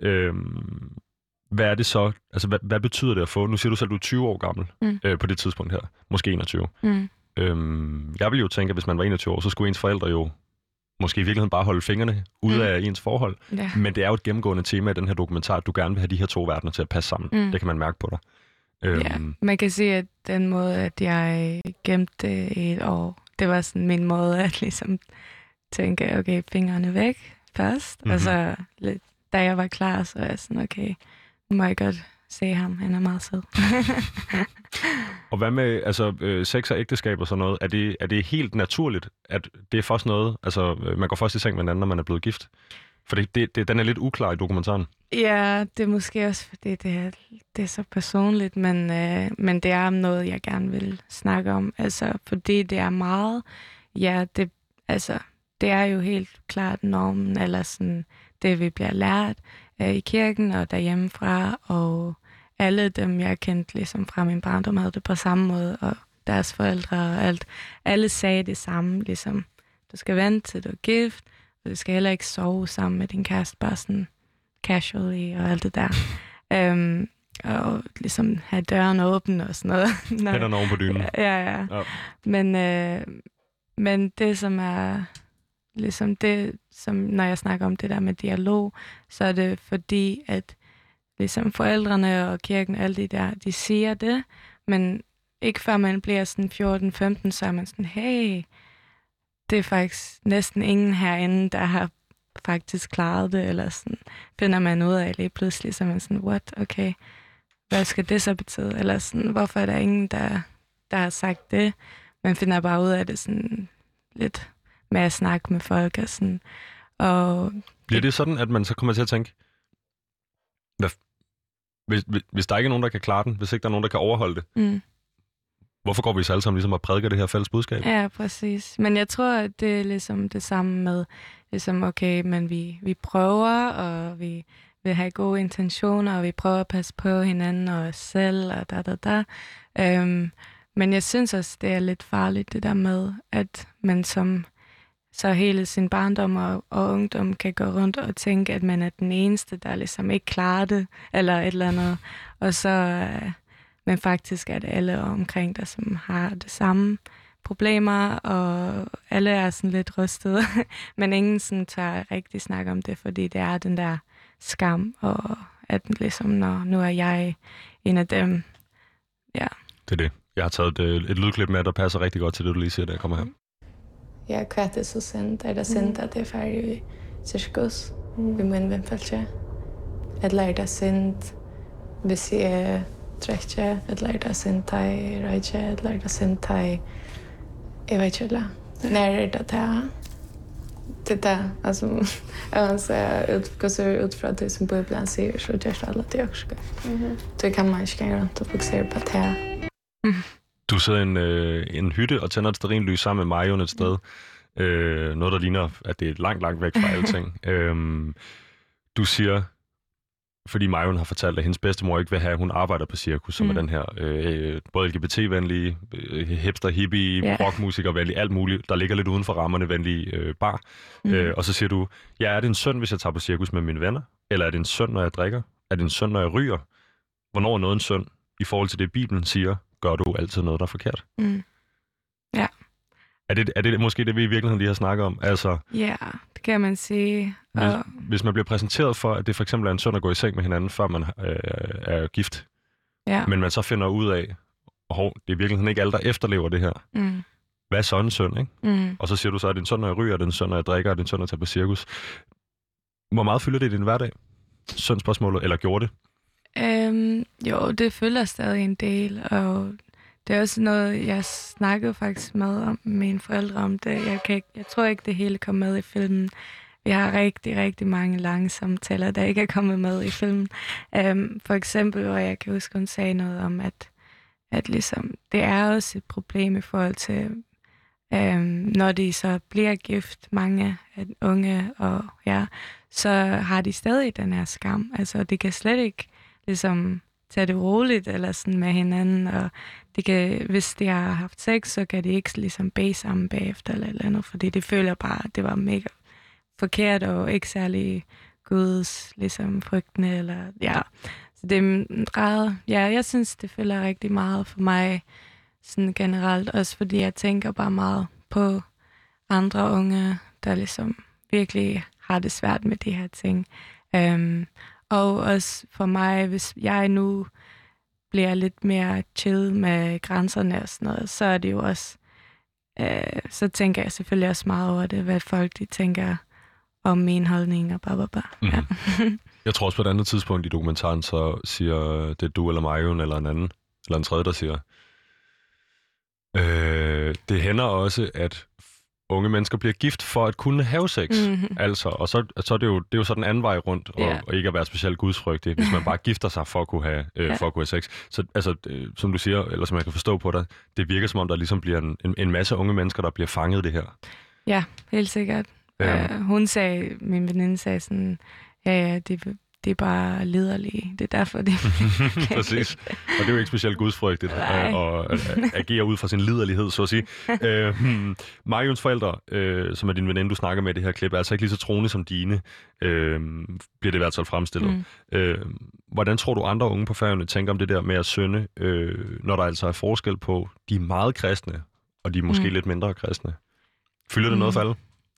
øhm, hvad er det så? Altså, hvad, hvad betyder det at få? Nu siger du selv, at du er tyve år gammel mm. øh, på det tidspunkt her. Måske enogtyve. Mm. Øhm, jeg ville jo tænke, at hvis man var enogtyve år, så skulle ens forældre jo måske i virkeligheden bare holde fingrene ude mm. af ens forhold. Ja. Men det er jo et gennemgående tema i den her dokumentar, at du gerne vil have de her to verdener til at passe sammen. Mm. Det kan man mærke på dig. Øhm. Ja, man kan sige, at den måde, at jeg gemte det i et år, det var sådan min måde at ligesom tænke, okay, fingrene væk først. Mm-hmm. Og så da jeg var klar, så var jeg sådan, okay, nu må jeg godt se ham, han er meget sød. Og hvad med altså, øh, sex og ægteskab og sådan noget? Er det, er det helt naturligt, at det er først noget, altså man går først i seng med hinanden, når man er blevet gift? For det, det, det, den er lidt uklar i dokumentaren. Ja, det er måske også, fordi det er, det er så personligt, men, øh, men det er noget, jeg gerne vil snakke om. Altså, fordi det er meget, ja, det, altså, det er jo helt klart normen, eller sådan, det vi bliver lært øh, i kirken og derhjemmefra, og alle dem, jeg kendte ligesom fra min barndom, havde det på samme måde, og deres forældre og alt. Alle sagde det samme, ligesom, du skal vente til du er gift, og du skal heller ikke sove sammen med din kæreste, bare sådan casually og alt det der. um, og ligesom have døren åben og sådan noget. Hænderne oven på dynen. Ja, ja. ja. Men, øh, men det, som er ligesom det, som når jeg snakker om det der med dialog, så er det fordi, at ligesom forældrene og kirken og alle de der, de siger det, men ikke før man bliver sådan fjorten femten, så er man sådan, hey, det er faktisk næsten ingen herinde, der har faktisk klaret det, eller sådan, finder man ud af lige pludselig, så er man sådan, what, okay, hvad skal det så betyde? Eller sådan, hvorfor er der ingen, der, der har sagt det? Man finder bare ud af det sådan lidt med at snakke med folk og sådan. Og bliver det sådan, at man så kommer til at tænke, hvad, hvis, hvis der ikke er nogen, der kan klare den, hvis ikke der er nogen, der kan overholde det, mm. hvorfor går vi så alle sammen ligesom og prædiker det her fælles budskab? Ja, præcis. Men jeg tror, at det er ligesom det samme med, ligesom, okay, men vi, vi prøver, og vi vil have gode intentioner, og vi prøver at passe på hinanden og os selv, og da, da, da. Øhm, men jeg synes også, det er lidt farligt, det der med, at man som så hele sin barndom og, og ungdom kan gå rundt og tænke, at man er den eneste, der ligesom ikke klarer det, eller et eller andet. Og så, øh, men faktisk er det alle omkring dig, som har det samme problemer, og alle er sådan lidt rystede, men ingen sådan tør rigtig snakke om det, fordi det er den der skam, og at ligesom, når nu er jeg en af dem, ja. Det er det. Jeg har taget et, et lydklip med, der passer rigtig godt til det, du lige siger, da jeg kommer her. Ja, kvart er så sendt. Er det sendt, at det er færdig i cirkus? Vi må en vindfælde. Eller er det sendt, hvis jeg trækker? Eller er det sendt, at jeg røger? Eller er det sendt, at jeg... Jeg ved ikke, når er det der? Det der, altså... Jeg ser ut fra det, som Bibelen siger, så gør alle det også. Så kan man ikke gå rundt og fokusere på det. Du sidder i en, øh, en hytte og tænder et stearinlys sammen med Marion et sted. Øh, noget, der ligner, at det er langt, langt væk fra alting. øhm, du siger, fordi Marion har fortalt, at hendes bedstemor ikke vil have, at hun arbejder på cirkus, som mm. er den her øh, både L G B T-venlige, øh, hipster, hippie, yeah. rockmusiker-venlige, alt muligt, der ligger lidt uden for rammerne venlige øh, bar. Mm. Øh, og så siger du, ja, er det en synd, hvis jeg tager på cirkus med mine venner? Eller er det en synd, når jeg drikker? Er det en synd, når jeg ryger? Hvornår er noget en synd? I forhold til det, Bibelen siger, gør du altid noget, der er forkert. Mm. Ja. Er det, er det måske det, vi i virkeligheden lige har snakket om? Altså, ja, det kan man sige. Hvis, og... hvis man bliver præsenteret for, at det for eksempel er en synd at gå i seng med hinanden, før man øh, er gift, ja. Men man så finder ud af, at det er i virkeligheden ikke alle, der efterlever det her. Mm. Hvad er så en synd, ikke? Mm. Og så siger du så, at det er en synd, når jeg ryger, det er en synd, når jeg drikker, det er en synd, når jeg tager på cirkus. Hvor meget fylder det i din hverdag? Syndspørgsmålet, eller gjorde det? Øhm, jo, det fylder stadig en del, og det er også noget, jeg snakkede faktisk med om mine forældre om det. Jeg, kan ikke, jeg tror ikke, det hele kom med i filmen. Vi har rigtig, rigtig mange lange samtaler, der ikke er kommet med i filmen. Um, for eksempel, hvor jeg kan huske, hun sagde noget om, at, at ligesom, det er også et problem i forhold til, um, når de så bliver gift, mange unge, og ja, så har de stadig den her skam. Altså, de kan slet ikke ligesom tage det roligt eller sådan med hinanden, og de kan, hvis de har haft sex, så kan de ikke ligesom bede sammen bagefter eller eller andet, fordi de føler bare, at det var mega forkert og ikke særlig Guds ligesom frygtende, eller ja. Så det er ret, ja, jeg synes, det føler rigtig meget for mig, sådan generelt. Også fordi jeg tænker bare meget på andre unge, der ligesom virkelig har det svært med de her ting. Um, og også for mig, hvis jeg nu bliver lidt mere chill med grænserne og sådan noget, så er det jo også, uh, så tænker jeg selvfølgelig også meget over det, hvad folk de tænker om min holdning og bababa. Mm. Ja. Jeg tror også på et andet tidspunkt i dokumentaren, så siger det du eller mig eller en anden, eller en tredje, der siger, øh, det hænder også, at unge mennesker bliver gift for at kunne have sex. Mm-hmm. Altså, og så, så er det jo, det er jo så den anden vej rundt, og, yeah. og ikke at være specielt gudsfrygtig, hvis man bare gifter sig for at kunne have, øh, yeah. for at kunne have sex. Så altså, øh, som du siger, eller som jeg kan forstå på dig, det virker som om, der ligesom bliver en, en, en masse unge mennesker, der bliver fanget i det her. Ja, helt sikkert. Ja. Uh, hun sagde, min veninde sagde sådan, ja, ja, det, det er bare liderlige. Det er derfor, det præcis. Og det er jo ikke specielt gudsfrygtigt at, at agere ud fra sin liderlighed, så at sige. uh, hmm. Marions forældre, uh, som er din veninde, du snakker med i det her klip, er altså ikke lige så troende som dine, uh, bliver det i hvert fald fremstillet. Mm. Uh, hvordan tror du, andre unge på Færøerne tænker om det der med at synde, uh, når der altså er forskel på, de er meget kristne, og de er måske mm. lidt mindre kristne? Fylder det mm. noget for alle?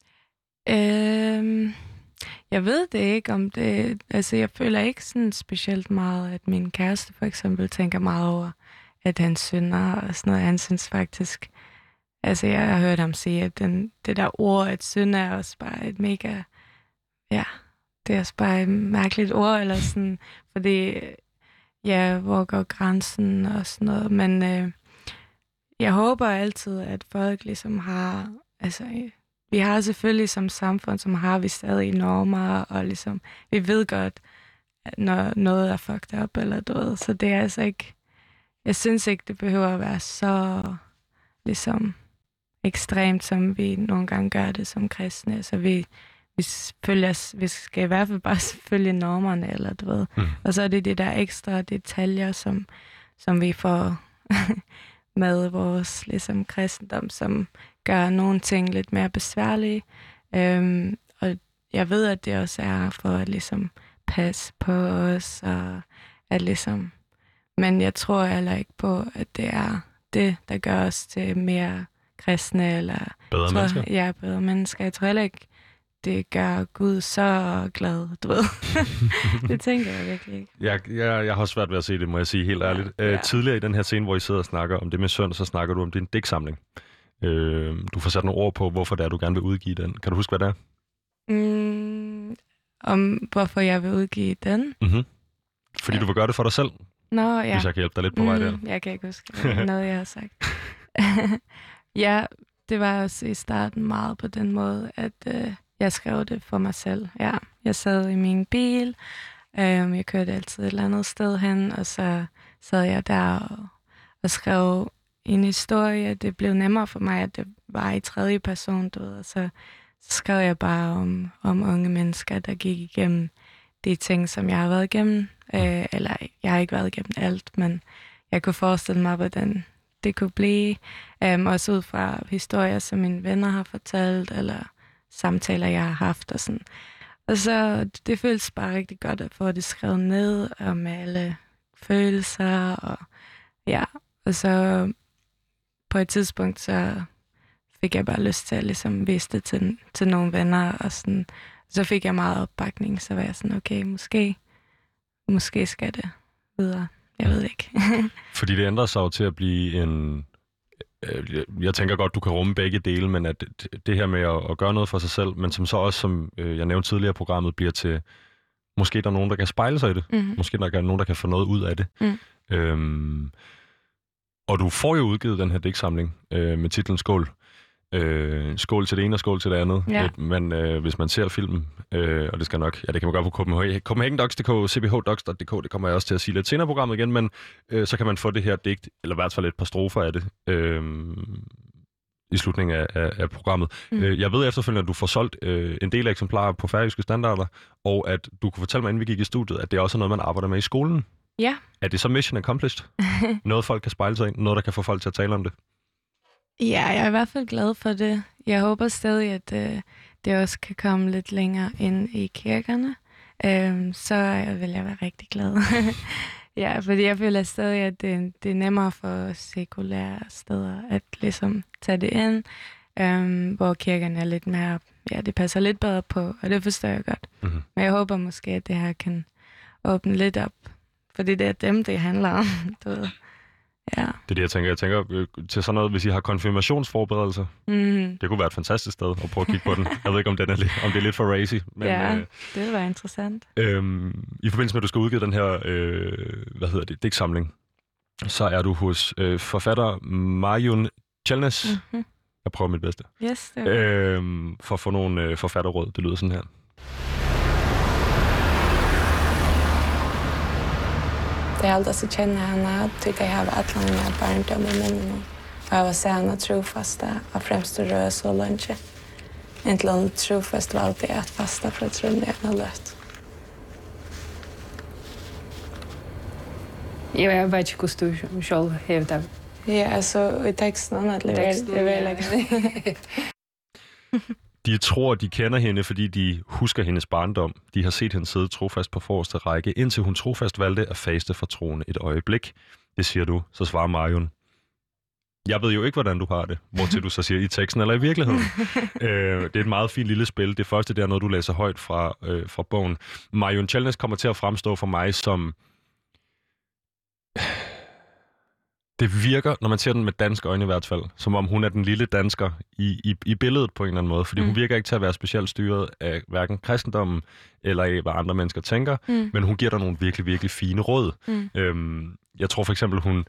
Øhm, jeg ved det ikke om det. Altså, jeg føler ikke sådan specielt meget, at min kæreste for eksempel tænker meget over, at han synder og sådan noget. Han synes faktisk, altså jeg har hørt ham sige, at den, det der ord, at synd er også bare et mega, ja, det er også bare et mærkeligt ord, eller sådan, fordi, ja, hvor går grænsen og sådan noget. Men øh, jeg håber altid, at folk ligesom har, altså, vi har selvfølgelig som samfund, som har vi stadig normer, og ligesom, vi ved godt, når noget er fucked up, eller du ved. Så det er altså ikke, jeg synes ikke, det behøver at være så, ligesom, ekstremt, som vi nogle gange gør det som kristne. Så vi, vi, følger, vi skal i hvert fald bare følge normerne, eller du ved. Mm. Og så er det de der ekstra detaljer, som, som vi får med vores ligesom, kristendom, som gør nogle ting lidt mere besværlige. Øhm, og jeg ved, at det også er for at ligesom passe på os, og at ligesom, men jeg tror heller ikke på, at det er det, der gør os til mere kristne, eller bedre tror, mennesker. Ja, bedre mennesker. Jeg tror heller ikke, det gør Gud så glad, du ved. Det tænker jeg virkelig ikke. Jeg, jeg, jeg har svært ved at se det, må jeg sige helt ærligt. Ja, ja. Uh, tidligere i den her scene, hvor I sidder og snakker om det med søn, så snakker du om din digtsamling. Uh, du får sat nogle ord på, hvorfor det er, du gerne vil udgive den. Kan du huske, hvad det er? Mm, om hvorfor jeg vil udgive den? Mm-hmm. Fordi ja. Du vil gøre det for dig selv? Nå, ja. Hvis jeg kan hjælpe dig lidt på vej der. Mm, jeg kan ikke huske noget, jeg har sagt. Ja, det var også i starten meget på den måde, at øh, jeg skrev det for mig selv. Ja, jeg sad i min bil, øh, jeg kørte altid et eller andet sted hen, og så sad jeg der og, og skrev en historie. Det blev nemmere for mig, at det var i tredje person, du ved, og så, så skrev jeg bare om, om unge mennesker, der gik igennem de ting, som jeg har været igennem. Øh, eller jeg har ikke været igennem alt, men jeg kunne forestille mig, hvordan det kunne blive. Um, også ud fra historier, som mine venner har fortalt, eller samtaler, jeg har haft og sådan. Og så det føles bare rigtig godt at få det skrevet ned, og med alle følelser, og ja. Og så på et tidspunkt, så fik jeg bare lyst til at ligesom vise det til, til nogle venner, og sådan. Så fik jeg meget opbakning, så var jeg sådan, okay, måske, måske skal det videre. Jeg ved ikke. Fordi det ændrer sig jo til at blive en... Jeg tænker godt, du kan rumme begge dele, men at det her med at, at gøre noget for sig selv, men som så også, som jeg nævnte tidligere i programmet, bliver til... Måske der er nogen, der kan spejle sig i det. Mm-hmm. Måske der er nogen, der kan få noget ud af det. Mm. Øhm, og du får jo udgivet den her digtsamling øh, med titlen Skål. Øh, skål til det ene og skål til det andet. Ja. Et, men øh, hvis man ser filmen, øh, og det skal nok, ja det kan man gøre på Copenhagen Docs punktum d k, c b h docs punktum d k, det kommer jeg også til at sige lidt senere i programmet igen, men øh, så kan man få det her digt, eller i hvert fald et par strofer af det, øh, i slutningen af, af, af programmet. Mm. Øh, jeg ved efterfølgende, at du får solgt øh, en del af eksemplarer på færøske standarder, og at du kunne fortælle mig, inden vi gik i studiet, at det er også noget, man arbejder med i skolen. Ja. Er det så mission accomplished? Noget folk kan spejle sig i, noget der kan få folk til at tale om det? Ja, jeg er i hvert fald glad for det. Jeg håber stadig, at øh, det også kan komme lidt længere ind i kirkerne. Øhm, så vil jeg være rigtig glad. Ja, fordi jeg føler stadig, at det, det er nemmere for sekulære steder at ligesom tage det ind, øhm, hvor kirken er lidt mere, ja, det passer lidt bedre på, og det forstår jeg godt. Mm-hmm. Men jeg håber måske, at det her kan åbne lidt op, fordi det er dem, det handler om, du ved. Ja. Det er det, jeg tænker. Jeg tænker øh, til sådan noget, hvis I har konfirmationsforberedelser. Mm. Det kunne være et fantastisk sted at prøve at kigge på den. Jeg ved ikke, om, den er lidt, om det er lidt for racy. Men, ja, øh, det vil være interessant. Øhm, I forbindelse med, at du skal udgive den her, øh, hvad hedder det, digtsamling, så er du hos øh, forfatter Marion Chelnes. Mm-hmm. Jeg prøver mit bedste. Yes, det øhm, for at få nogle øh, forfatterråd. Det lyder sådan her. Det er aldrig så känner henne, tycker jag har varit långa barndom och minnen. Och jag var sen och trofasta och främst röd så länge. Inte långt trofast valde jag att fasta för att tro det är löt. Jeg vet ikke, hvordan du selv har det. Ja, altså i teksten, at det er vel De tror, de kender hende, fordi de husker hendes barndom. De har set hende sidde trofast på forreste række, indtil hun trofast valgte at faste for troende et øjeblik. Det siger du, så svarer Marion. Jeg ved jo ikke, hvordan du har det, hvortil du så siger i teksten eller i virkeligheden. øh, det er et meget fint lille spil. Det første, det er noget, du læser højt fra, øh, fra bogen. Marion Chelnes kommer til at fremstå for mig som... Det virker, når man ser den med danske øjne i hvert fald, som om hun er den lille dansker i, i, i billedet på en eller anden måde. Fordi mm. hun virker ikke til at være specielt styret af hverken kristendommen eller af, hvad andre mennesker tænker. Mm. Men hun giver dig nogle virkelig, virkelig fine råd. Mm. Øhm, jeg tror for eksempel, hun...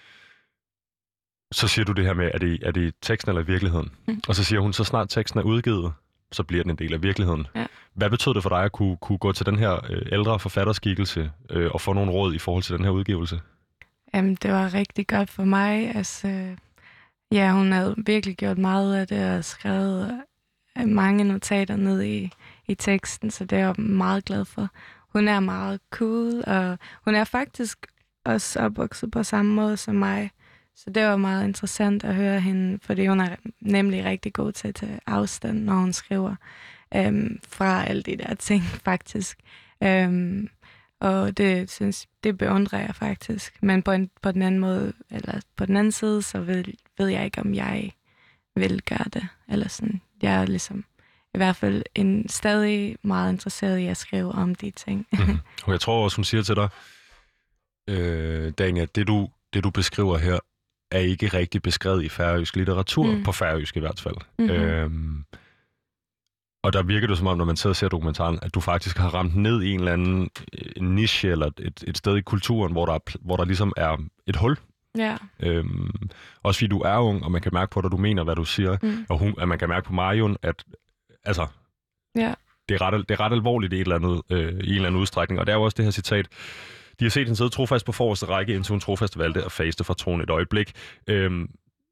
Så siger du det her med, er det, er det teksten eller virkeligheden? Mm. Og så siger hun, så snart teksten er udgivet, så bliver den en del af virkeligheden. Ja. Hvad betød det for dig at kunne, kunne gå til den her øh, ældre forfatterskikkelse øh, og få nogle råd i forhold til den her udgivelse? Jamen, det var rigtig godt for mig. Altså, ja, hun havde virkelig gjort meget af det og skrevet mange notater ned i, i teksten, så det er jeg meget glad for. Hun er meget cool, og hun er faktisk også opvokset på samme måde som mig. Så det var meget interessant at høre hende, fordi hun er nemlig rigtig god til at tage afstand, når hun skriver øhm, fra alle de der ting, faktisk. Øhm, Og det synes det beundrer jeg faktisk. Men på, en, på den anden måde, eller på den anden side, så ved, ved jeg ikke, om jeg vil gøre det. Eller sådan. Jeg er ligesom i hvert fald en, stadig meget interesseret i at skrive om de ting. Mm-hmm. Og jeg tror også, hun siger til dig, øh, Dania, det du, det du beskriver her, er ikke rigtig beskrevet i færøsk litteratur, mm. på færøsk i hvert fald. Mm-hmm. Øhm, Og der virker det som om, når man sidder og ser dokumentaren, at du faktisk har ramt ned i en eller anden en niche eller et, et sted i kulturen, hvor der, er, hvor der ligesom er et hul. Ja. Øhm, også fordi du er ung, og man kan mærke på dig, du mener, hvad du siger. Mm. Og hun, at man kan mærke på Marion, at altså, ja. det, er ret, det er ret alvorligt i, et eller andet, øh, i en eller anden udstrækning. Og det er jo også det her citat. De har set hende sidde trofast på forreste række, indtil hun trofast valgte at faste for troen et øjeblik. Øhm,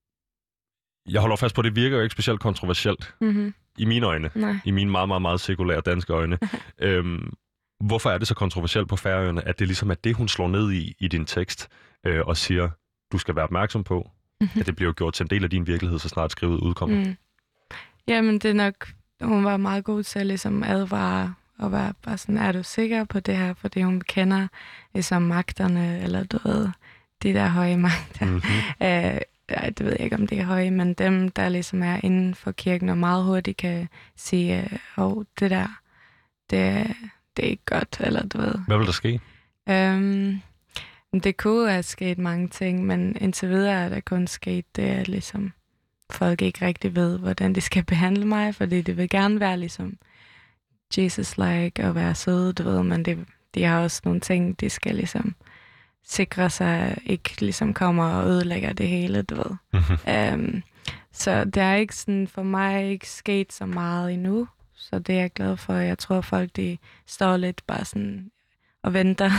jeg holder fast på, at det virker jo ikke specielt kontroversielt. Mm-hmm. I mine øjne. Nej. I mine meget, meget, meget sekulære danske øjne. øhm, hvorfor er det så kontroversielt på Færøerne, at det ligesom er det, hun slår ned i i din tekst, øh, og siger, du skal være opmærksom på, mm-hmm. at det bliver gjort til en del af din virkelighed, så snart skrivet udkommer? Mm. Jamen, det er nok... Hun var meget god til at ligesom advare og være bare sådan, er du sikker på det her? Fordi hun kender ligesom magterne, eller du ved, de der høje magter. Mm-hmm. øh, det ved jeg ikke, om det er høje, men dem, der ligesom er inden for kirken, og meget hurtigt kan sige, åh, oh, det der, det, det er ikke godt, eller du ved. Hvad vil der ske? Øhm, det kunne have sket mange ting, men indtil videre er der kun sket det, at ligesom folk ikke rigtig ved, hvordan de skal behandle mig, fordi de vil gerne være ligesom Jesus-like og være søde, du ved, men det, de har også nogle ting, de skal ligesom sikre sig, ikke ligesom kommer og ødelægger det hele, du ved. Mm-hmm. Um, så det er ikke sådan, for mig ikke sket så meget endnu, så det er jeg glad for. Jeg tror, folk de står lidt bare sådan og venter.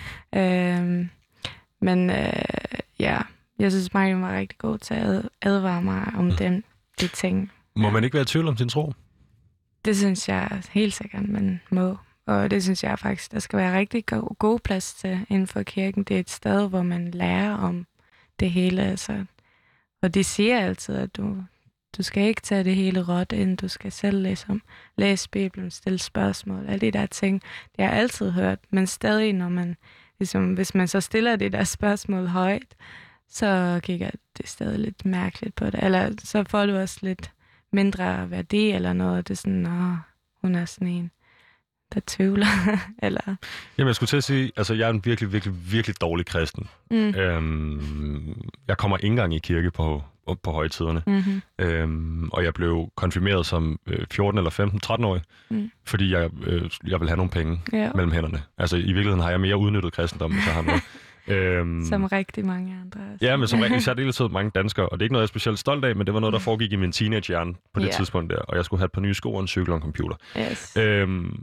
um, men uh, ja, jeg synes, Marion var rigtig god til at advare mig om mm. den, de ting. Må man ikke være i tvivl om sin tro? Det synes jeg helt sikkert, man må. Og det synes jeg faktisk, der skal være rigtig god, god plads til inden for kirken. Det er et sted, hvor man lærer om det hele. Altså. Og de siger altid, at du, du skal ikke tage det hele råt ind. Du skal selv ligesom læse Bibelen, stille spørgsmål, alle de der ting. Det har jeg altid hørt, men stadig, når man ligesom, hvis man så stiller det der spørgsmål højt, så kigger det stadig lidt mærkeligt på det. Eller så får du også lidt mindre værdi eller noget. Det er sådan, åh, hun er sådan en, der tvivler. eller... Jamen, jeg skulle til at sige, altså jeg er en virkelig, virkelig, virkelig dårlig kristen. Mm. Øhm, jeg kommer ikke engang i kirke på, på højtiderne. Mm-hmm. Øhm, og jeg blev konfirmeret som øh, fjorten eller femten, tretten-årig, mm. fordi jeg, øh, jeg vil have nogle penge ja. mellem hænderne. Altså i virkeligheden har jeg mere udnyttet kristendom, hvis jeg har noget. Øhm, som rigtig mange andre. Altså. Ja, men som rigtig særdeles mange danskere. Og det er ikke noget, jeg er specielt stolt af, men det var noget, der foregik i min teenagehjerne på det yeah. tidspunkt der. Og jeg skulle have et par nye sko og en cykel og en computer. Yes. Øhm,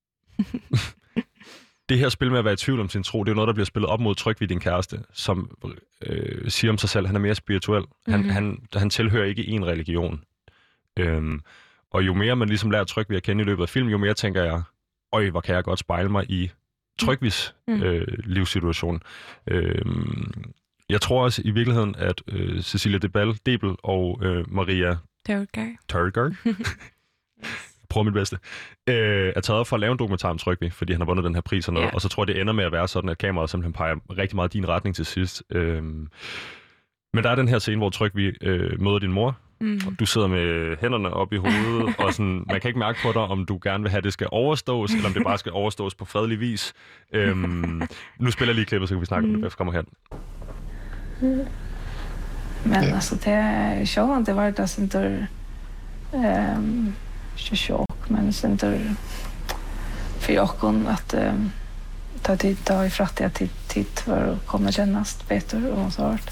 det her spil med at være i tvivl om sin tro, det er jo noget, der bliver spillet op mod Trygve, din kæreste, som øh, siger om sig selv, at han er mere spirituel. Han, mm-hmm. han, han tilhører ikke en religion. Øhm, og jo mere man ligesom lærer Trygve at kende i løbet af film, jo mere tænker jeg, øj, hvor kan jeg godt spejle mig i Trygves mm. øh, livssituation. Øhm, jeg tror også i virkeligheden, at øh, Cecilia Debel og øh, Maria Tørgaard prøver mit bedste, øh, er taget op for at lave en dokumentar om Trygve, fordi han har vundet den her pris og noget. Yeah. Og så tror jeg, det ender med at være sådan, at kameraet simpelthen peger rigtig meget i din retning til sidst. Øhm, men der er den her scene, hvor Trygve øh, møder din mor, mm. og du sidder med hænderne op i hovedet, og sådan, man kan ikke mærke på dig, om du gerne vil have, at det skal overstås, eller om det bare skal overstås på fredelig vis. Øhm, nu spiller jeg lige klippet, så kan vi snakke mm. om det, hvad kommer her. Mm. Men altså, det er sjovt, det var det sådan, der... Um... ikke sjokk, men sen der for jokken at um, ta tid da i fratt at tid, tid for å komme kjennast bedre og så hårdt.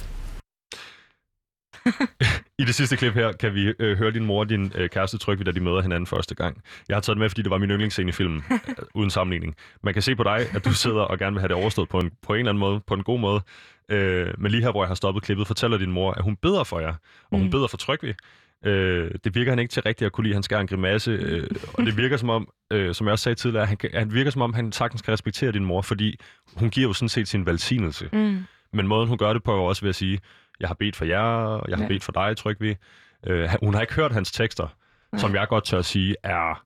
I det sidste klip her kan vi øh, høre din mor og din øh, kæreste Trygve, da de møder hinanden første gang. Jeg har taget det med, fordi det var min yndlingsscene i filmen, øh, uden sammenligning. Man kan se på dig, at du sidder og gerne vil have det overstået på en, på en eller anden måde, på en god måde. Øh, men lige her, hvor jeg har stoppet klippet, fortæller din mor, at hun beder for jer, og hun mm. beder for Trygve. Øh, det virker han ikke til rigtigt at kunne lide. Han skærer en grimasse, øh, og det virker som om, øh, som jeg også sagde tidligere, han, han virker som om, han sagtens kan respektere din mor, fordi hun giver jo sådan set sin velsignelse. Mm. Men måden, hun gør det på, er også ved at sige, jeg har bedt for jer, jeg har ja. bedt for dig, Trygve. Øh, hun har ikke hørt hans tekster, ja. som jeg godt tør at sige, er...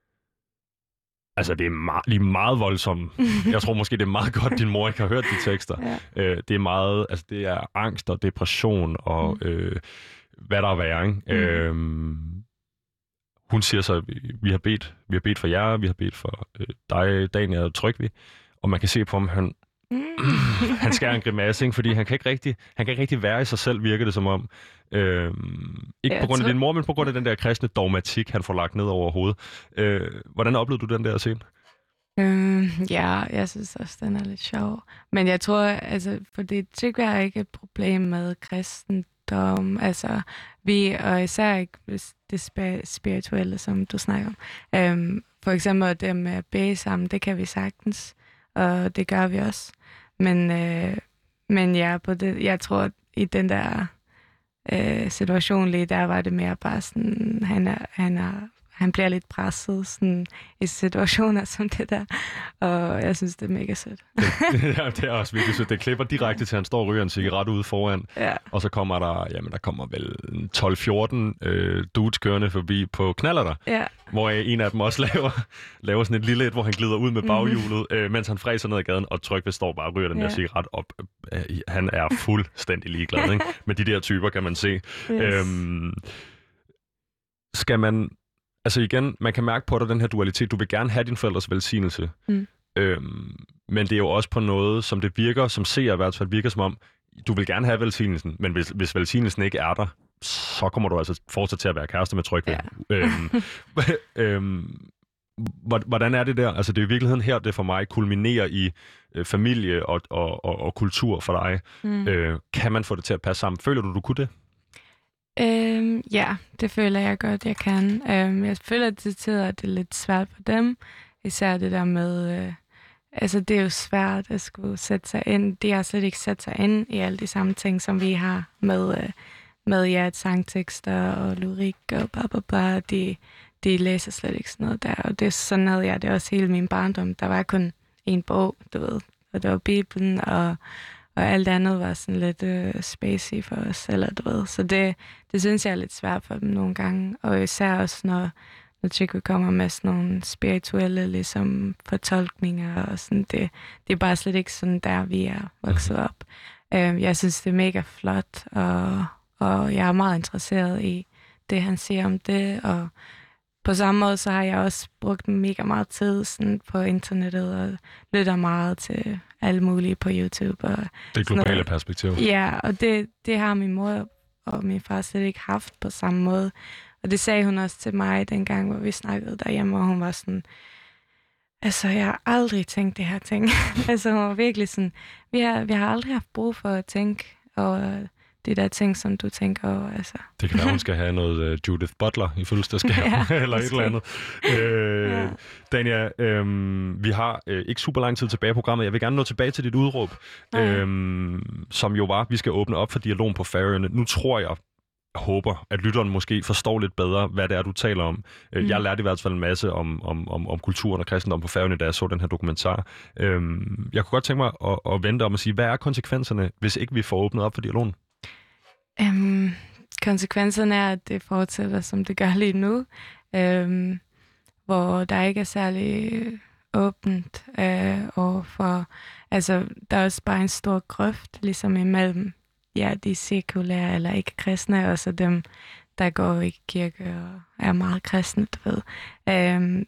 Altså, det er meget, lige meget voldsomt. Jeg tror måske, det er meget godt, din mor ikke har hørt de tekster. Ja. Øh, det er meget... Altså, det er angst og depression og... Mm. Øh, hvad der er værre, ikke? Mm. Øhm, hun siger så, vi har bedt, vi har bedt for jer, vi har bedt for øh, dig, Daniel og Trygve, og man kan se på ham, han, mm. han skærer en grimasse, ikke? Fordi han kan ikke rigtig, han kan ikke rigtig være i sig selv, virker det som om. Øhm, ikke ja, på grund af din mor, men på grund af den der kristne dogmatik, han får lagt ned over hovedet. Øh, hvordan oplevede du den der scene? Øh, ja, jeg synes også, den er lidt sjov. Men jeg tror, altså, for det tykker jeg ikke et problem med kristen om, altså vi, og især ikke det spirituelle, som du snakker om. Um, for eksempel det med at bede sammen, det kan vi sagtens, og det gør vi også. Men, uh, men ja, på det, jeg tror, at i den der uh, situation lige, der var det mere bare sådan, han er, han er han bliver lidt presset sådan, i situationer som det der, og jeg synes, det er mega sødt. det, ja, det er også virkelig sødt. Det klipper direkte til, at han står og ryger en cigaret ude foran, ja. og så kommer der, jamen der kommer vel tolv fjorten øh, dudes kørende forbi på knallerter, ja. hvor en af dem også laver, laver sådan et lille et, hvor han glider ud med baghjulet, mm-hmm. øh, mens han fræser ned ad gaden, og Trygve står bare og ryger den ja. der cigaret op. Øh, han er fuldstændig ligeglad, ikke? Med de der typer, kan man se. Yes. Øhm, skal man Altså igen, man kan mærke på dig den her dualitet. Du vil gerne have din forældres velsignelse. Mm. Øhm, men det er jo også på noget, som det virker, som ser i hvert fald virker som om, du vil gerne have velsignelsen, men hvis, hvis velsignelsen ikke er der, så kommer du altså fortsat til at være kæreste med Trygve. Ja. Øhm, øhm, hvordan er det der? Altså det er i virkeligheden her, det for mig kulminerer i øh, familie og, og, og, og kultur for dig. Mm. Øh, kan man få det til at passe sammen? Føler du, du kunne det? Øhm, ja, det føler jeg godt, jeg kan. Øhm, jeg føler at det til, at det er lidt svært for dem. Især det der med... Øh, altså, det er jo svært at skulle sætte sig ind. De har slet ikke sat sig ind i alle de samme ting, som vi har med, øh, med ja, sangtekster og lyrik og bla bla bla. De, de læser slet ikke sådan noget der. Og det, sådan havde jeg det også hele min barndom. Der var kun en bog, du ved. Og det var Bibelen, og... Og alt andet var sådan lidt øh, spacey for os, eller du ved. Så det, det synes jeg er lidt svært for dem nogle gange. Og især også, når, når Chico kommer med sådan nogle spirituelle ligesom, fortolkninger, og sådan, det, det er bare slet ikke sådan, der vi er vokset op. Øh, jeg synes, det er mega flot, og, og jeg er meget interesseret i det, han siger om det, og på samme måde, så har jeg også brugt mega meget tid sådan, på internettet, og lytter meget til alle mulige på YouTube. Og det globale perspektiv. Ja, og det, det har min mor og min far slet ikke haft på samme måde. Og det sagde hun også til mig dengang, hvor vi snakkede derhjemme, og hun var sådan, altså, jeg har aldrig tænkt det her ting. altså, hun var virkelig sådan, vi har, vi har aldrig haft brug for at tænke over de der ting, som du tænker over. Altså. Det kan være, hun skal have noget uh, Judith Butler i fødselsdagsgave, ja, eller et eller andet. Øh, ja. Dania, øh, vi har øh, ikke super lang tid tilbage i programmet. Jeg vil gerne nå tilbage til dit udråb, øh, som jo var, vi skal åbne op for dialogen på Færøerne. Nu tror jeg, jeg håber, at lytteren måske forstår lidt bedre, hvad det er, du taler om. Mm. Jeg lærte i hvert fald en masse om, om, om, om kulturen og kristendom på Færøerne, da jeg så den her dokumentar. Øhm, jeg kunne godt tænke mig at, at vente om at sige, hvad er konsekvenserne, hvis ikke vi får åbnet op for dialogen? Um, konsekvenserne er, at det fortsætter, som det gør lige nu, um, hvor der ikke er særlig åbent, uh, og for, altså, der er også bare en stor grøft, ligesom imellem ja, de sekulære eller ikke kristne, og så dem, der går i kirke og er meget kristne, du ved. Um,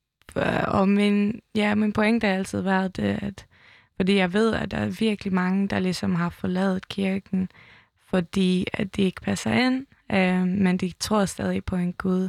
og min, ja, min pointe har altid været det, at fordi jeg ved, at der er virkelig mange, der ligesom har forladet kirken, fordi at de ikke passer ind, um, men de tror stadig på en Gud.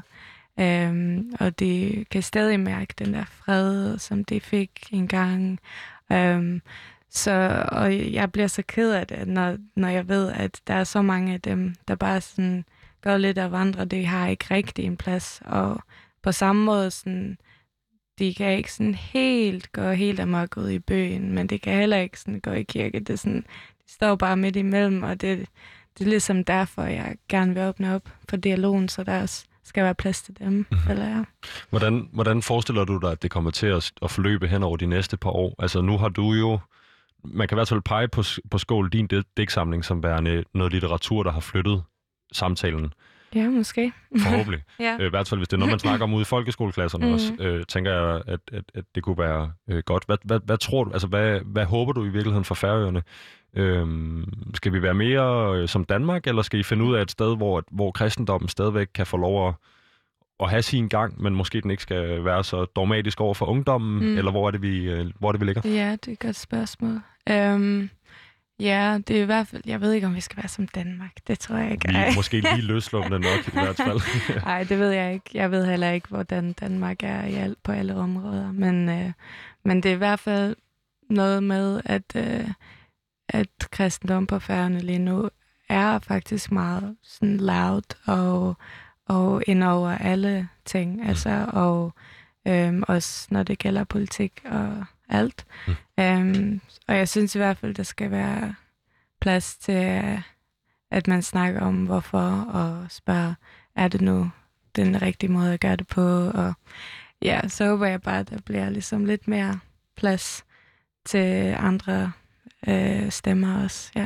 Um, og de kan stadig mærke den der fred, som de fik engang. Um, Så, og jeg bliver så ked af det, når, når jeg ved, at der er så mange af dem, der bare sådan går lidt og vandrer, de har ikke rigtig en plads. Og på samme måde, sådan, de kan ikke sådan helt gå helt amok ud i bøgen, men de kan heller ikke sådan gå i kirke. Det er sådan, de står bare midt imellem, og det, det er ligesom derfor, jeg gerne vil åbne op for dialogen, så der også skal være plads til dem. Mm-hmm. Eller ja. hvordan, hvordan forestiller du dig, at det kommer til at, at forløbe hen over de næste par år? Altså nu har du jo man kan i hvert fald pege på, på Skål, din digtsamling, som værende noget litteratur, der har flyttet samtalen. Ja, måske. Forhåbentlig. ja. øh, I hvert fald, hvis det er noget, man snakker om ude i folkeskoleklasserne mm. også, øh, tænker jeg, at, at, at det kunne være øh, godt. Hvad, hvad, hvad tror du, altså hvad, hvad håber du i virkeligheden for Færøerne? Øh, skal vi være mere øh, som Danmark, eller skal I finde ud af et sted, hvor, hvor kristendommen stadigvæk kan få lov at at have sin gang, men måske den ikke skal være så dogmatisk over for ungdommen, mm. eller hvor er det, vi, hvor er det, vi ligger? Ja, det er et godt spørgsmål. Um, ja, det er i hvert fald, jeg ved ikke, om vi skal være som Danmark. Det tror jeg ikke. Vi er måske lige løsluppende nok i hvert fald. Nej, det ved jeg ikke. Jeg ved heller ikke, hvordan Danmark er i al, på alle områder, men, uh, men det er i hvert fald noget med, at, uh, at kristendom på Færøerne lige nu er faktisk meget sådan loud og og ind over alle ting, mm. altså, og øhm, også når det gælder politik og alt. Mm. Øhm, og jeg synes i hvert fald, der skal være plads til, at man snakker om hvorfor, og spørger, er det nu den rigtige måde at gøre det på? Og ja, så håber jeg bare, at der bliver ligesom lidt mere plads til andre øh, stemmer også, ja.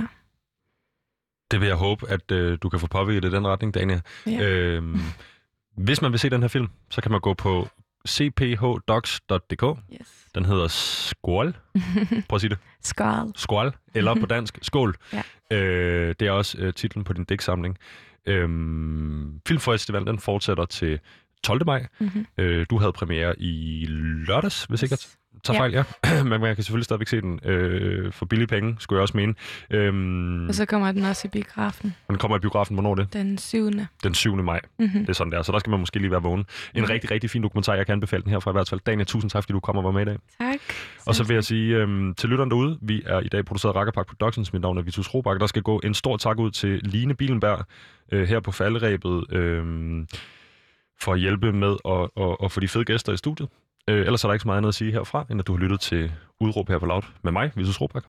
Det vil jeg håbe, at øh, du kan få påvirket i den retning, Dania. Ja. Øhm, hvis man vil se den her film, så kan man gå på c p h docs punktum d k. Yes. Den hedder Skål. Prøv at sige det. Skål. Skål, eller på dansk, Skål. Ja. Øh, det er også øh, titlen på din digtsamling. Øhm, Filmfestivalen, den fortsætter til tolvte maj. Mm-hmm. Øh, du havde premiere i lørdags, hvis ikke at tager fejl, ja. Men man kan selvfølgelig stadigvæk se den øh, for billige penge, skulle jeg også mene. Øhm, og så kommer den også i biografen. Den kommer i biografen, hvornår er det? Den syvende. Den syvende maj. Mm-hmm. Det er sådan der, så der skal man måske lige være vågen. En mm-hmm. rigtig, rigtig fin dokumentar, jeg kan anbefale den herfra i hvert fald. Dania, tusind tak, fordi du kommer og var med i dag. Tak. Og så vil jeg sige øhm, til lytteren derude, vi er i dag produceret af Rakkerpark Productions, mit navn er Vitus Robak. Der skal gå en stor tak ud til Line Bielenberg øh, her på falderæbet, øh, for at hjælpe med at, at, at få de fede gæster i studiet. Øh, ellers er der ikke så meget andet at sige herfra, end at du har lyttet til Udråb her på Loud med mig, Vitus Robak.